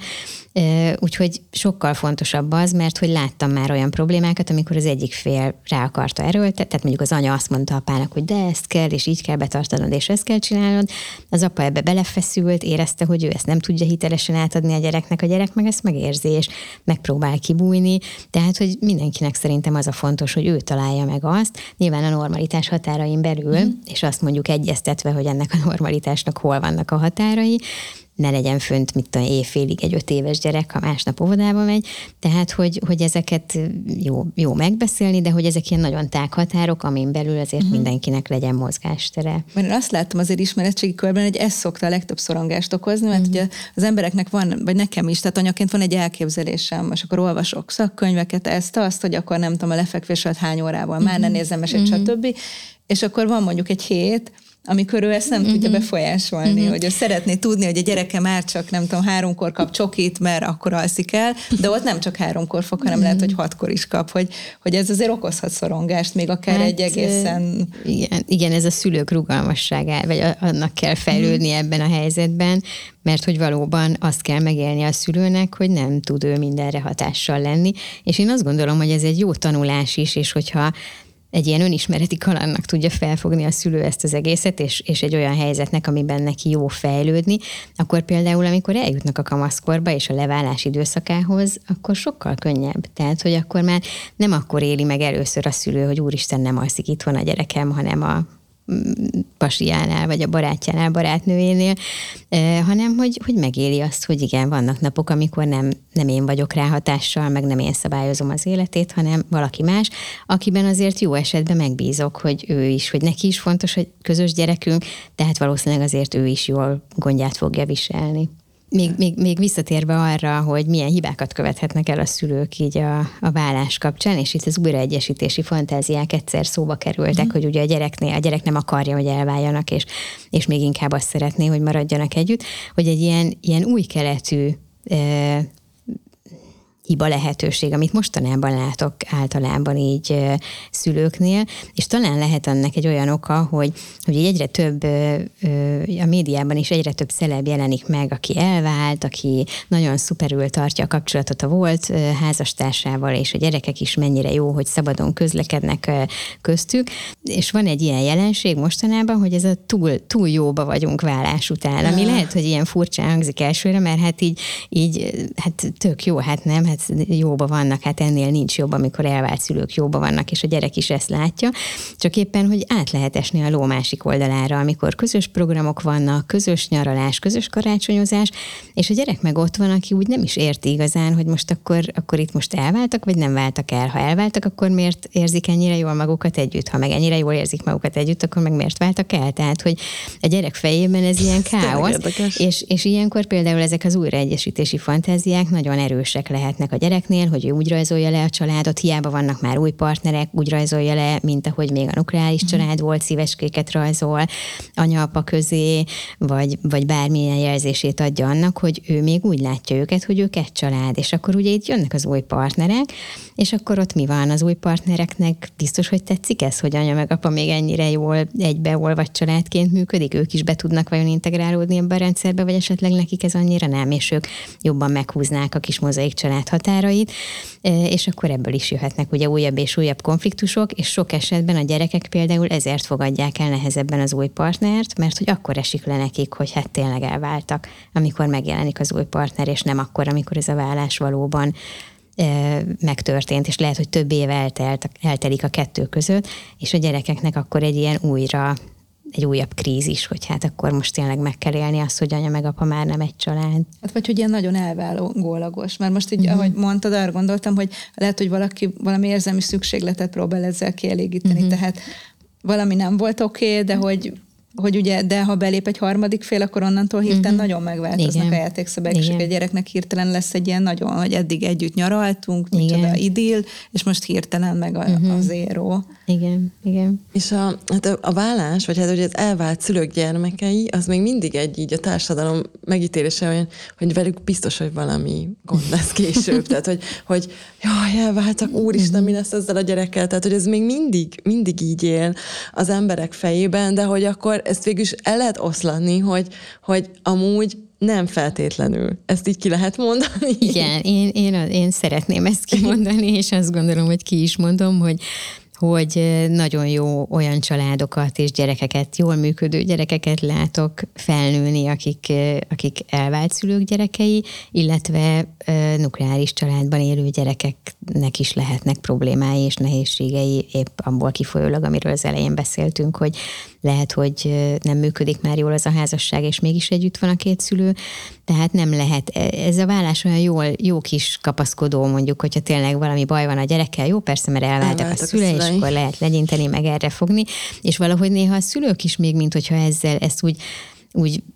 Úgyhogy sokkal fontosabb az, mert hogy láttam már olyan problémákat, amikor az egyik fél rá akarta erőltetni, tehát mondjuk az anya azt mondta apának, hogy de ezt kell, és így kell betartanod, és ezt kell csinálnod. Az apa ebbe belefeszült, érezte, hogy ő ezt nem tudja hitelesen átadni a gyereknek, a gyerek meg ezt megérzi, és megpróbál kibújni. Tehát, hogy mindenkinek szerintem az a fontos, hogy ő találja meg azt, nyilván a normalitás határain belül, mm. és azt mondjuk egyeztetve, hogy ennek a normalitásnak hol vannak a határai, ne legyen fönt, mit tudom, éjfélig egy öt éves gyerek, ha másnap óvodába megy. Tehát, hogy, hogy ezeket jó, jó megbeszélni, de hogy ezek ilyen nagyon tág határok, amin belül azért uh-huh. mindenkinek legyen mozgástere. Mert én azt látom azért ismeretségi körben, hogy ez szokta a legtöbb szorongást okozni, mert uh-huh. ugye az embereknek van, vagy nekem is, tehát anyaként van egy elképzelésem, és akkor olvasok szakkönyveket, ezt, azt, hogy akkor nem tudom, a lefekvés alatt hány órával, uh-huh. már ne nézzem esélyt, uh-huh. stb. És akkor van mondjuk egy hét, amikor ő ezt nem uh-huh. tudja befolyásolni, uh-huh. hogy ő szeretné tudni, hogy a gyereke már csak nem tudom, háromkor kap csokit, mert akkor alszik el, de ott nem csak háromkor fog, hanem uh-huh. lehet, hogy hatkor is kap, hogy, hogy ez azért okozhat szorongást, még akár hát, egy egészen... Igen, igen, ez a szülők rugalmasságá, vagy annak kell fejlődni uh-huh. ebben a helyzetben, mert hogy valóban azt kell megélni a szülőnek, hogy nem tud ő mindenre hatással lenni, és én azt gondolom, hogy ez egy jó tanulás is, és hogyha egy ilyen önismereti kalandnak tudja felfogni a szülő ezt az egészet, és, és egy olyan helyzetnek, amiben neki jó fejlődni, akkor például, amikor eljutnak a kamaszkorba és a leválás időszakához, akkor sokkal könnyebb. Tehát, hogy akkor már nem akkor éli meg először a szülő, hogy úristen, nem alszik itthon a gyerekem, hanem a pasiánál, vagy a barátjánál, barátnőjénél, eh, hanem hogy, hogy megéli azt, hogy igen, vannak napok, amikor nem, nem én vagyok rá hatással, meg nem én szabályozom az életét, hanem valaki más, akiben azért jó esetben megbízok, hogy ő is, hogy neki is fontos, hogy közös gyerekünk, tehát valószínűleg azért ő is jól gondját fogja viselni. Még, még, még visszatérve arra, hogy milyen hibákat követhetnek el a szülők így a, a vállás kapcsán, és itt az újraegyesítési fantáziák egyszer szóba kerültek, mm. hogy ugye a gyereknél, a gyerek nem akarja, hogy elváljanak, és, és még inkább azt szeretné, hogy maradjanak együtt, hogy egy ilyen, ilyen új keletű e, hiba lehetőség, amit mostanában látok általában így ö, szülőknél, és talán lehet annak egy olyan oka, hogy, hogy egyre több ö, ö, a médiában is egyre több celeb jelenik meg, aki elvált, aki nagyon szuperül tartja a kapcsolatot a volt ö, házastársával, és a gyerekek is mennyire jó, hogy szabadon közlekednek ö, köztük, és van egy ilyen jelenség mostanában, hogy ez a túl, túl jóba vagyunk válás után, ami lehet, hogy ilyen furcsán hangzik elsőre, mert hát így, így hát tök jó, hát nem, hát jóba vannak, hát ennél nincs jobb, amikor elvált szülők jóba vannak, és a gyerek is ezt látja, csak éppen, hogy át lehet esni a ló másik oldalára, amikor közös programok vannak, közös nyaralás, közös karácsonyozás, és a gyerek meg ott van, aki úgy nem is érti igazán, hogy most akkor, akkor itt most elváltak, vagy nem váltak el. Ha elváltak, akkor miért érzik ennyire jól magukat együtt? Ha meg ennyire jól érzik magukat együtt, akkor meg miért váltak el? Tehát, hogy a gyerek fejében ez ilyen káosz, és, és ilyenkor például ezek az újraegyesítési fantáziák nagyon erősek lehetnek a gyereknél, hogy ő úgy rajzolja le a családot, hiába vannak már új partnerek, úgy rajzolja le, mint ahogy még a nukleáris mm. család volt, szíveskéket rajzol, anya-apa közé, vagy, vagy bármilyen jelzését adja annak, hogy ő még úgy látja őket, hogy ők egy család, és akkor ugye itt jönnek az új partnerek, és akkor ott mi van? Az új partnereknek biztos, hogy tetszik ez, hogy anya meg apa még ennyire jól egybeolvadt családként működik, ők is be tudnak vajon integrálódni ebbe a rendszerbe, vagy esetleg nekik ez annyira nem, és ők jobban meghúznák a kis mozaik család határait, és akkor ebből is jöhetnek ugye újabb és újabb konfliktusok, és sok esetben a gyerekek például ezért fogadják el nehezebben az új partnert, mert hogy akkor esik le nekik, hogy hát tényleg elváltak, amikor megjelenik az új partner, és nem akkor, amikor ez a válás valóban megtörtént, és lehet, hogy több év eltelt, eltelik a kettő között, és a gyerekeknek akkor egy ilyen újra, egy újabb krízis, hogy hát akkor most tényleg meg kell élni azt, hogy anya meg apa már nem egy család. Hát vagy, hogy ilyen nagyon elvállógólagos, mert most így, uh-huh. ahogy mondtad, arra gondoltam, hogy lehet, hogy valaki valami érzelmi szükségletet próbál ezzel kielégíteni, uh-huh. tehát valami nem volt oké, okay, de hogy hogy ugye, de ha belép egy harmadik fél, akkor onnantól hirtelen uh-huh. nagyon megváltoznak igen. a játékszabályok, és a gyereknek hirtelen lesz egy ilyen nagyon, hogy eddig együtt nyaraltunk, micsoda idill, és most hirtelen meg a, uh-huh. a zéró. Igen, igen. És a, hát a, a vállás, vagy hát ugye az elvált szülők gyermekei, az még mindig egy így a társadalom megítélése olyan, hogy velük biztos, hogy valami gond lesz később. Tehát, hogy, hogy jaj, elváltak, úristen, mi lesz ezzel a gyerekkel? Tehát, hogy ez még mindig, mindig így él az emberek fejében, de hogy akkor ezt végül is el lehet oszlatni, hogy, hogy amúgy nem feltétlenül. Ezt így ki lehet mondani? Igen, én, én, én szeretném ezt kimondani, és azt gondolom, hogy ki is mondom, hogy hogy nagyon jó olyan családokat és gyerekeket, jól működő gyerekeket látok felnőni, akik, akik elvált szülők gyerekei, illetve nukleáris családban élő gyerekeknek is lehetnek problémái és nehézségei, épp abból kifolyólag, amiről az elején beszéltünk, hogy lehet, hogy nem működik már jól az a házasság, és mégis együtt van a két szülő, tehát nem lehet. Ez a vállás olyan jól, jó kis kapaszkodó, mondjuk, hogyha tényleg valami baj van a gyerekkel, jó, persze, mert elváltak, elváltak a szülei, és akkor lehet legyinteni, meg erre fogni, és valahogy néha a szülők is még, mint hogyha ezzel ezt úgy, úgy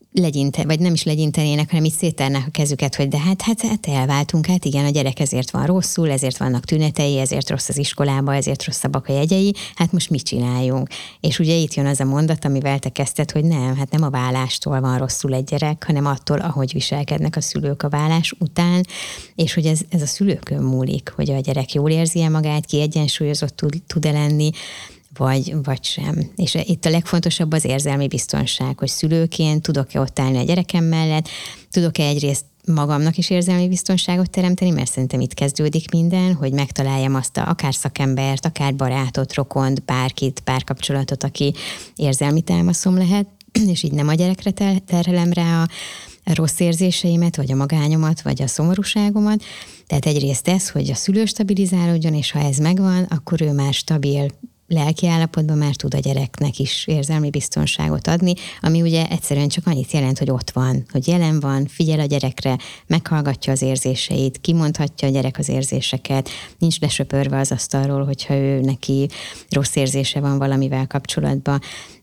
legyinte, vagy nem is legyintenének, hanem így szétternek a kezüket, hogy de hát, hát, hát elváltunk, hát igen, a gyerek ezért van rosszul, ezért vannak tünetei, ezért rossz az iskolába, ezért rosszabbak a jegyei, hát most mit csináljunk? És ugye itt jön az a mondat, amivel te kezdted, hogy nem, hát nem a válástól van rosszul egy gyerek, hanem attól, ahogy viselkednek a szülők a válás után, és hogy ez, ez a szülőkön múlik, hogy a gyerek jól érzi-e magát, kiegyensúlyozott tud, tud-e lenni, Vagy, vagy sem. És itt a legfontosabb az érzelmi biztonság, hogy szülőként tudok-e ott állni a gyerekem mellett, tudok-e egyrészt magamnak is érzelmi biztonságot teremteni, mert szerintem itt kezdődik minden, hogy megtaláljam azt a, akár szakembert, akár barátot, rokont, bárkit, párkapcsolatot, aki érzelmi támaszom lehet, és így nem a gyerekre terhelem rá a rossz érzéseimet, vagy a magányomat, vagy a szomorúságomat. Tehát egyrészt ez, hogy a szülő stabilizálódjon, és ha ez megvan, akkor ő már stabil lelki állapotban már tud a gyereknek is érzelmi biztonságot adni, ami ugye egyszerűen csak annyit jelent, hogy ott van, hogy jelen van, figyel a gyerekre, meghallgatja az érzéseit, kimondhatja a gyerek az érzéseket, nincs lesöpörve az asztalról, hogyha ő neki rossz érzése van valamivel kapcsolatban,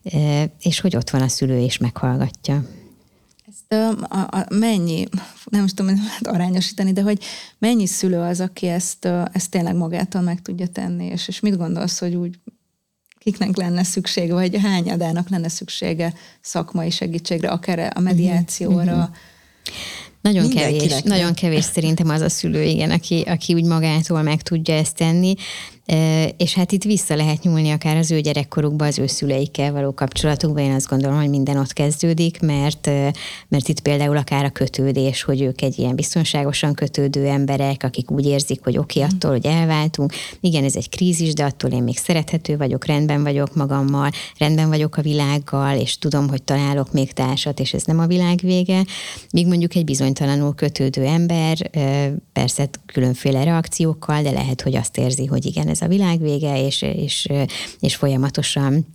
és hogy ott van a szülő és meghallgatja. Ezt a, a, mennyi, nem is tudom arányosítani, de hogy mennyi szülő az, aki ezt, ezt tényleg magától meg tudja tenni, és, és mit gondolsz, hogy úgy kiknek lenne szüksége, vagy hányadának lenne szüksége szakmai segítségre, akár a mediációra? Uh-huh. Nagyon kevés, nagyon kevés szerintem az a szülő, igen, aki, aki úgy magától meg tudja ezt tenni, és hát itt vissza lehet nyúlni akár az ő gyerekkorukba, az ő szüleikkel való kapcsolatukba. Én azt gondolom, hogy minden ott kezdődik, mert, mert itt például akár a kötődés, hogy ők egy ilyen biztonságosan kötődő emberek, akik úgy érzik, hogy oké, okay, attól, hogy elváltunk, igen, ez egy krízis, de attól én még szerethető vagyok, rendben vagyok magammal, rendben vagyok a világgal, és tudom, hogy találok még társat, és ez nem a világ vége. Míg mondjuk egy bizonytalanul kötődő ember, persze különféle reakciókkal, de lehet, hogy azt érzi, hogy igen, ez a világ vége, és, és, és folyamatosan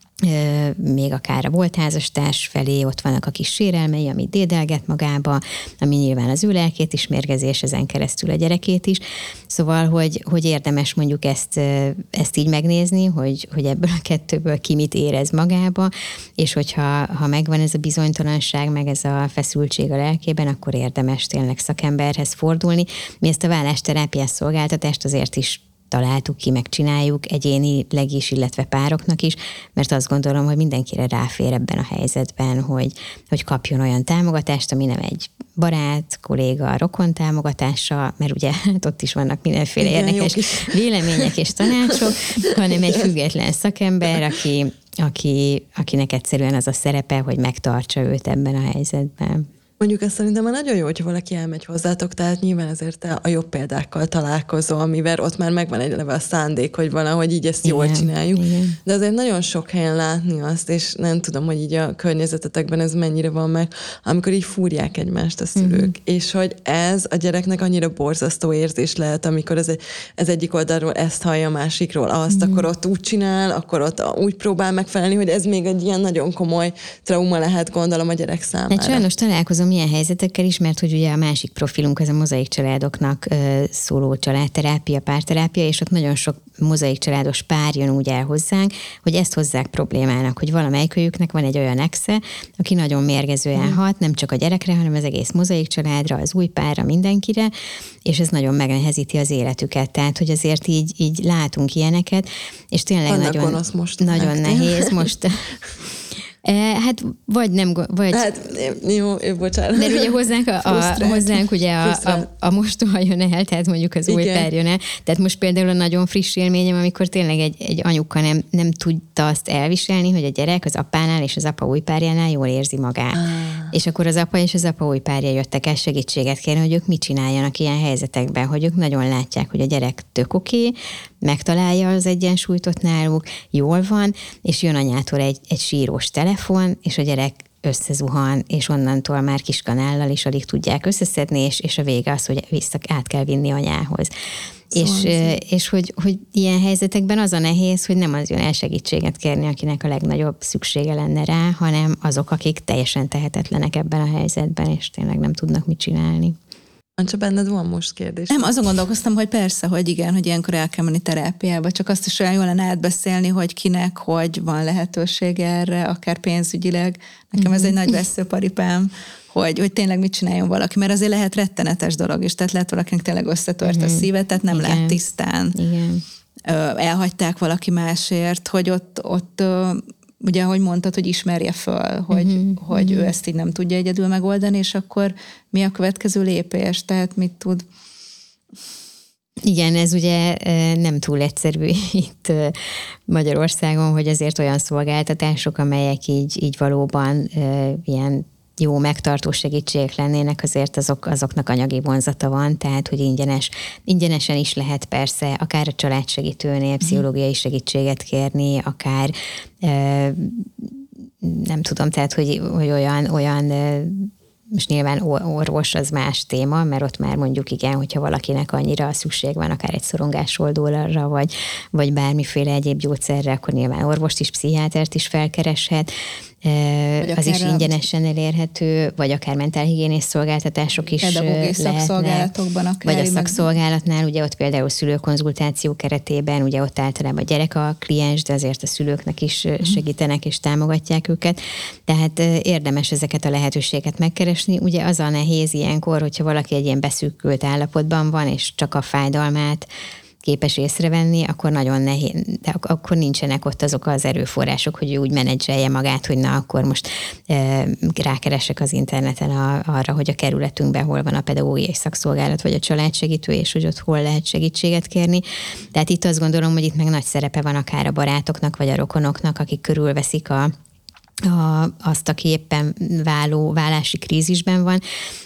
még akár a volt házastárs felé ott vannak a kis sérelmei, amit dédelget magába, ami nyilván az ő lelkét is mérgezi, és ezen keresztül a gyerekét is. Szóval, hogy, hogy érdemes mondjuk ezt, ezt így megnézni, hogy, hogy ebből a kettőből ki mit érez magába, és hogyha ha megvan ez a bizonytalanság, meg ez a feszültség a lelkében, akkor érdemes tényleg szakemberhez fordulni. Mi ezt a vállásterápiás szolgáltatást azért is találtuk ki, megcsináljuk egyénileg is, illetve pároknak is, mert azt gondolom, hogy mindenkire ráfér ebben a helyzetben, hogy, hogy kapjon olyan támogatást, ami nem egy barát, kolléga, rokon támogatása, mert ugye ott is vannak mindenféle igen, érdekes vélemények és tanácsok, hanem egy független szakember, aki, aki, akinek egyszerűen az a szerepe, hogy megtartsa őt ebben a helyzetben. Mondjuk ezt szerintem már nagyon jó, hogyha valaki elmegy hozzátok, tehát nyilván ezért te a jobb példákkal találkozol, amivel ott már megvan egy a szándék, hogy valahogy így ezt igen, jól csináljuk. Igen. De azért nagyon sok helyen látni azt, és nem tudom, hogy így a környezetetekben ez mennyire van meg, amikor így fúrják egymást a szülők. Uh-huh. És hogy ez a gyereknek annyira borzasztó érzés lehet, amikor ez, egy, ez egyik oldalról ezt hallja, a másikról azt, uh-huh. akkor ott úgy csinál, akkor ott úgy próbál megfelelni, hogy ez még egy ilyen nagyon komoly trauma lehet, gondolom, a gyerek számára. Hát sajnos találkozom milyen helyzetekkel is, mert hogy ugye a másik profilunk az a mozaik családoknak ö, szóló családterápia, párterápia, és ott nagyon sok mozaik családos pár jön úgy el hozzánk, hogy ezt hozzák problémának, hogy valamelyikőjüknek van egy olyan exe, aki nagyon mérgezően hat, nem csak a gyerekre, hanem az egész mozaik családra, az új párra, mindenkire, és ez nagyon megnehezíti az életüket. Tehát, hogy azért így, így látunk ilyeneket, és tényleg Annak nagyon, most nagyon nehéz most... Hát, vagy nem, vagy... Hát, jó, jó, bocsánat. De ugye hozzánk, a, a, hozzánk ugye a, a, a mostoha jön el, tehát mondjuk az új pár jön el. Tehát most például a nagyon friss élményem, amikor tényleg egy, egy anyuka nem, nem tudta azt elviselni, hogy a gyerek az apánál és az apa új párjánál jól érzi magát. Ah. És akkor az apa és az apa új párja jöttek el segítséget kérni, hogy ők mit csináljanak ilyen helyzetekben, hogy ők nagyon látják, hogy a gyerek tök oké, megtalálja az egyensúlyt ott náluk, jól van, és jön anyától egy, egy sírós telefon, és a gyerek összezuhan, és onnantól már kiskanállal is alig tudják összeszedni, és, és a vége az, hogy vissza át kell vinni anyához. Szóval és, és hogy, hogy ilyen helyzetekben az a nehéz, hogy nem az jön el segítséget kérni, akinek a legnagyobb szüksége lenne rá, hanem azok, akik teljesen tehetetlenek ebben a helyzetben, és tényleg nem tudnak mit csinálni. Ancsa, benned van most kérdés? Nem, azon gondolkoztam, hogy persze, hogy igen, hogy ilyenkor el kell menni terápiába, csak azt is olyan jól lenne átbeszélni, hogy kinek, hogy van lehetősége erre, akár pénzügyileg. Nekem ez egy nagy veszőparipám, hogy, hogy tényleg mit csináljon valaki, mert azért lehet rettenetes dolog is, tehát lehet valakinek tényleg összetört a szíve, tehát nem igen. lát tisztán. Igen. Elhagyták valaki másért, hogy ott, ott ugye, ahogy mondtad, hogy ismerje föl, hogy, uh-huh, hogy uh-huh. ő ezt így nem tudja egyedül megoldani, és akkor mi a következő lépés? Tehát mit tud? Igen, ez ugye nem túl egyszerű itt Magyarországon, hogy azért olyan szolgáltatások, amelyek így, így valóban ilyen jó megtartó segítségek lennének, azért azok, azoknak anyagi vonzata van, tehát hogy ingyenes, ingyenesen is lehet persze, akár a családsegítőnél pszichológiai segítséget kérni, akár nem tudom, tehát hogy, hogy olyan, olyan most nyilván orvos az más téma, mert ott már mondjuk igen, hogyha valakinek annyira szükség van, akár egy szorongásoldóra, vagy, vagy bármiféle egyéb gyógyszerre, akkor nyilván orvost is, pszichiátert is felkereshet. Az is ingyenesen elérhető, vagy akár mentálhigiénész szolgáltatások is pedagógiai szakszolgálatokban akár. Vagy a szakszolgálatnál, ugye ott például szülőkonzultáció keretében, ugye ott általában a gyerek a kliens, de azért a szülőknek is segítenek és támogatják őket. Tehát érdemes ezeket a lehetőséget megkeresni. Ugye az a nehéz ilyenkor, hogyha valaki egy ilyen beszűkült állapotban van, és csak a fájdalmát képes észrevenni, akkor nagyon nehéz, de akkor nincsenek ott azok az erőforrások, hogy ő úgy menedzselje magát, hogy na, akkor most e, rákeresek az interneten a, arra, hogy a kerületünkben hol van a pedagógiai szakszolgálat, vagy a családsegítő, és hogy ott hol lehet segítséget kérni. Tehát itt azt gondolom, hogy itt meg nagy szerepe van akár a barátoknak, vagy a rokonoknak, akik körülveszik a A, azt, aki éppen váló, válási krízisben van,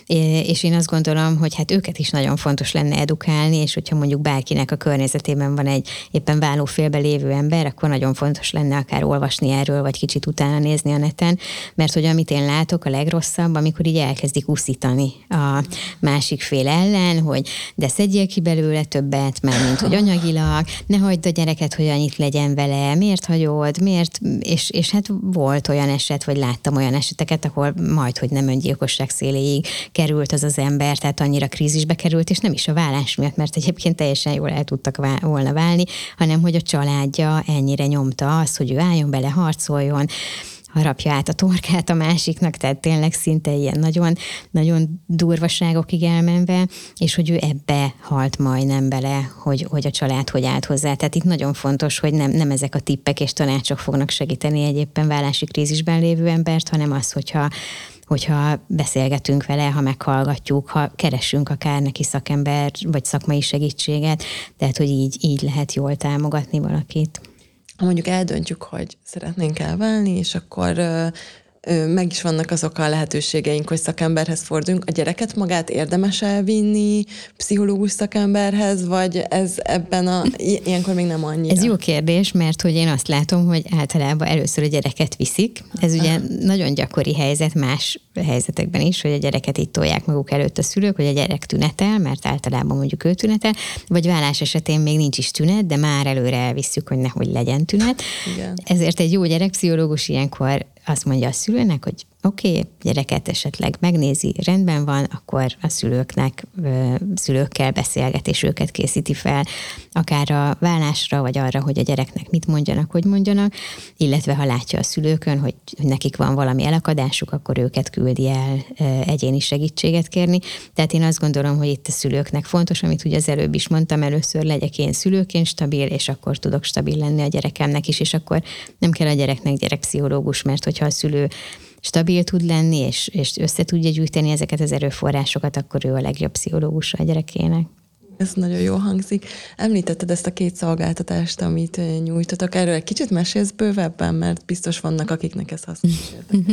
és én azt gondolom, hogy hát őket is nagyon fontos lenne edukálni, és hogyha mondjuk bárkinek a környezetében van egy éppen válófélbe lévő ember, akkor nagyon fontos lenne akár olvasni erről, vagy kicsit utána nézni a neten, mert hogy amit én látok a legrosszabb, amikor így elkezdik uszítani a másik fél ellen, hogy de szedjél ki belőle többet, már mint hogy anyagilag, ne hagyd a gyereket, hogy annyit legyen vele, miért hagyod, miért, és, és hát volt olyan olyan eset, vagy láttam olyan eseteket, ahol majd, hogy nem öngyilkosság széléig került az az ember, tehát annyira krízisbe került, és nem is a vállás miatt, mert egyébként teljesen jól el tudtak vál, volna válni, hanem hogy a családja ennyire nyomta azt, hogy ő álljon bele, harcoljon, harapja át a torkát a másiknak, tehát tényleg szinte ilyen nagyon, nagyon durvaságokig elmenve, és hogy ő ebbe halt majdnem bele, hogy, hogy a család hogy állt hozzá. Tehát itt nagyon fontos, hogy nem, nem ezek a tippek és tanácsok fognak segíteni egy éppen vállási krízisben lévő embert, hanem az, hogyha hogyha beszélgetünk vele, ha meghallgatjuk, ha keresünk akár neki szakember vagy szakmai segítséget, tehát hogy így, így lehet jól támogatni valakit. Ha mondjuk eldöntjük, hogy szeretnénk elválni, és akkor ö, ö, meg is vannak azok a lehetőségeink, hogy szakemberhez forduljunk. A gyereket magát érdemes elvinni pszichológus szakemberhez, vagy ez ebben a... ilyenkor még nem annyira? Ez jó kérdés, mert hogy én azt látom, hogy általában először a gyereket viszik. Ez ugye ah. nagyon gyakori helyzet más helyzetekben is, hogy a gyereket így tolják maguk előtt a szülők, hogy a gyerek tünetel, mert általában mondjuk ő tünetel, vagy vállás esetén még nincs is tünet, de már előre elvisszük, hogy nehogy legyen tünet. Igen. Ezért egy jó gyerekpszichológus ilyenkor azt mondja a szülőnek, hogy oké, okay, gyereket esetleg megnézi, rendben van, akkor a szülőknek, szülőkkel beszélget, és őket készíti fel, akár a vállásra, vagy arra, hogy a gyereknek mit mondjanak, hogy mondjanak, illetve ha látja a szülőkön, hogy nekik van valami elakadásuk, akkor őket küldi el egyéni segítséget kérni. Tehát én azt gondolom, hogy itt a szülőknek fontos, amit ugye az előbb is mondtam, először legyek én szülőként stabil, és akkor tudok stabil lenni a gyerekemnek is, és akkor nem kell a gyereknek gyerekpszichológus, mert hogyha a szülő stabil tud lenni, és, és össze tudja gyűjteni ezeket az erőforrásokat, akkor ő a legjobb pszichológusa a gyerekének. Ez nagyon jól hangzik. Említetted ezt a két szolgáltatást, amit nyújtatok. Erről egy kicsit mesélsz bővebben, mert biztos vannak, akiknek ez hasznos érdekes.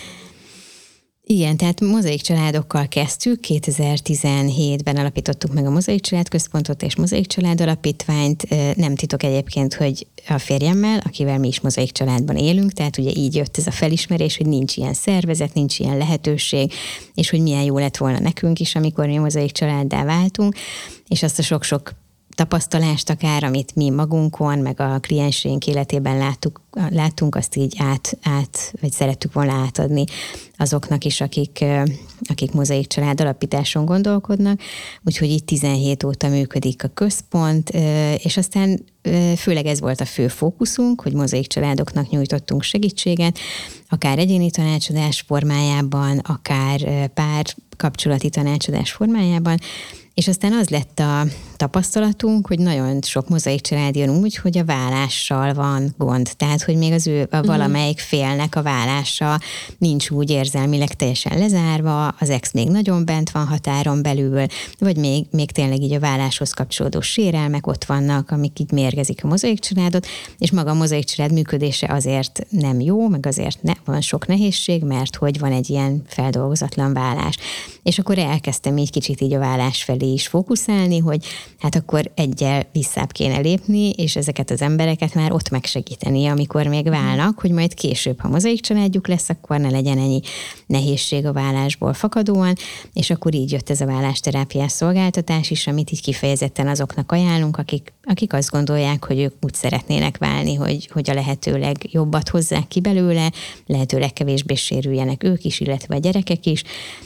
Igen, tehát mozaik családokkal kezdtük, kétezer-tizenhétben alapítottuk meg a Mozaik Család Központot és Mozaik Család Alapítványt. Nem titok egyébként, hogy a férjemmel, akivel mi is mozaik családban élünk, tehát ugye így jött ez a felismerés, hogy nincs ilyen szervezet, nincs ilyen lehetőség, és hogy milyen jó lett volna nekünk is, amikor mi mozaik családdá váltunk, és azt a sok-sok tapasztalást akár, amit mi magunkon, meg a klienseink életében láttuk, láttunk, azt így át, át, vagy szerettük volna átadni azoknak is, akik, akik mozaik család alapításon gondolkodnak. Úgyhogy itt tizenhét óta működik a központ, és aztán főleg ez volt a fő fókuszunk, hogy mozaik családoknak nyújtottunk segítséget, akár egyéni tanácsadás formájában, akár pár kapcsolati tanácsadás formájában, és aztán az lett a tapasztalatunk, hogy nagyon sok mozaik család jön úgy, hogy a vállással van gond. Tehát, hogy még az ő a valamelyik félnek a vállása nincs úgy érzelmileg teljesen lezárva, az ex még nagyon bent van határon belül, vagy még, még tényleg így a válláshoz kapcsolódó sérelmek ott vannak, amik így mérgezik a mozaik családot, és maga a mozaik család működése azért nem jó, meg azért ne, van sok nehézség, mert hogy van egy ilyen feldolgozatlan vállás. És akkor elkezdtem így kicsit így a vállás felé is fókuszálni, hogy hát akkor egyel visszább kéne lépni, és ezeket az embereket már ott megsegíteni, amikor még válnak, hogy majd később, ha mozaik családjuk lesz, akkor ne legyen ennyi nehézség a vállásból fakadóan, és akkor így jött ez a vállásterápiás szolgáltatás is, amit így kifejezetten azoknak ajánlunk, akik, akik azt gondolják, hogy ők úgy szeretnének válni, hogy, hogy a lehető legjobbat hozzák ki belőle, lehetőleg kevésbé sérüljenek ők is, illetve a gyerekek is,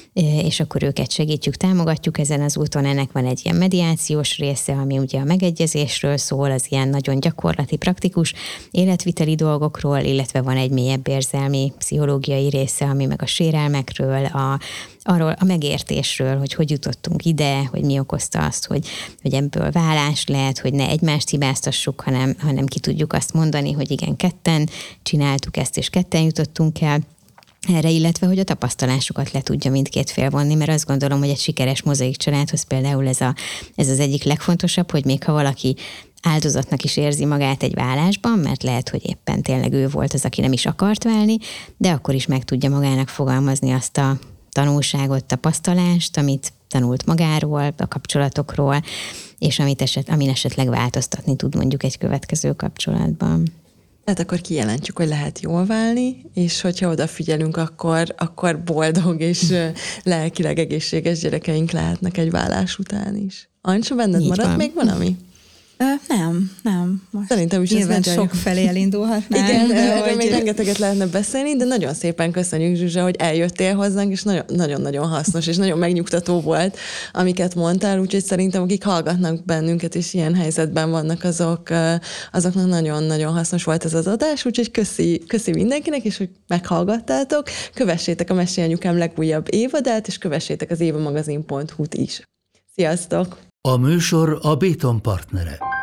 és akkor őket segítjük, támogatjuk ezen az úton. Ennek van egy ilyen mediációs része, ami ugye a megegyezésről szól, az ilyen nagyon gyakorlati, praktikus életviteli dolgokról, illetve van egy mélyebb érzelmi, pszichológiai része, ami meg a sérelmekről, a, arról a megértésről, hogy hogy jutottunk ide, hogy mi okozta azt, hogy, hogy ebből válás lehet, hogy ne egymást hibáztassuk, hanem, hanem ki tudjuk azt mondani, hogy igen, ketten csináltuk ezt, és ketten jutottunk el erre, illetve hogy a tapasztalásokat le tudja mindkét fél vonni, mert azt gondolom, hogy egy sikeres mozaik családhoz például ez, a, ez az egyik legfontosabb, hogy még ha valaki áldozatnak is érzi magát egy vállásban, mert lehet, hogy éppen tényleg ő volt az, aki nem is akart válni, de akkor is meg tudja magának fogalmazni azt a tanulságot, tapasztalást, amit tanult magáról, a kapcsolatokról, és amit eset, amin esetleg változtatni tud mondjuk egy következő kapcsolatban. Tehát akkor kijelentjük, hogy lehet jól válni, és hogyha odafigyelünk, akkor, akkor boldog és lelkileg egészséges gyerekeink lehetnek egy vállás után is. Ancsa, benned Így maradt van. még valami? Ö, nem, nem. Most Szerintem is nyilván ez sok felé elindulhatnánk. Igen, de erről hogy... még rengeteget lehetne beszélni, de nagyon szépen köszönjük, Zsuzsa, hogy eljöttél hozzánk, és nagyon- nagyon-nagyon hasznos, és nagyon megnyugtató volt, amiket mondtál, úgyhogy szerintem, akik hallgatnak bennünket, és ilyen helyzetben vannak, azok, azoknak nagyon-nagyon hasznos volt ez az adás, úgyhogy köszi, köszi mindenkinek, és hogy meghallgattátok. Kövessétek a Mesélj Anyukám legújabb évadát, és kövessétek az évamagazin pont hu-t is. Sziasztok! A műsor a Béton partnere.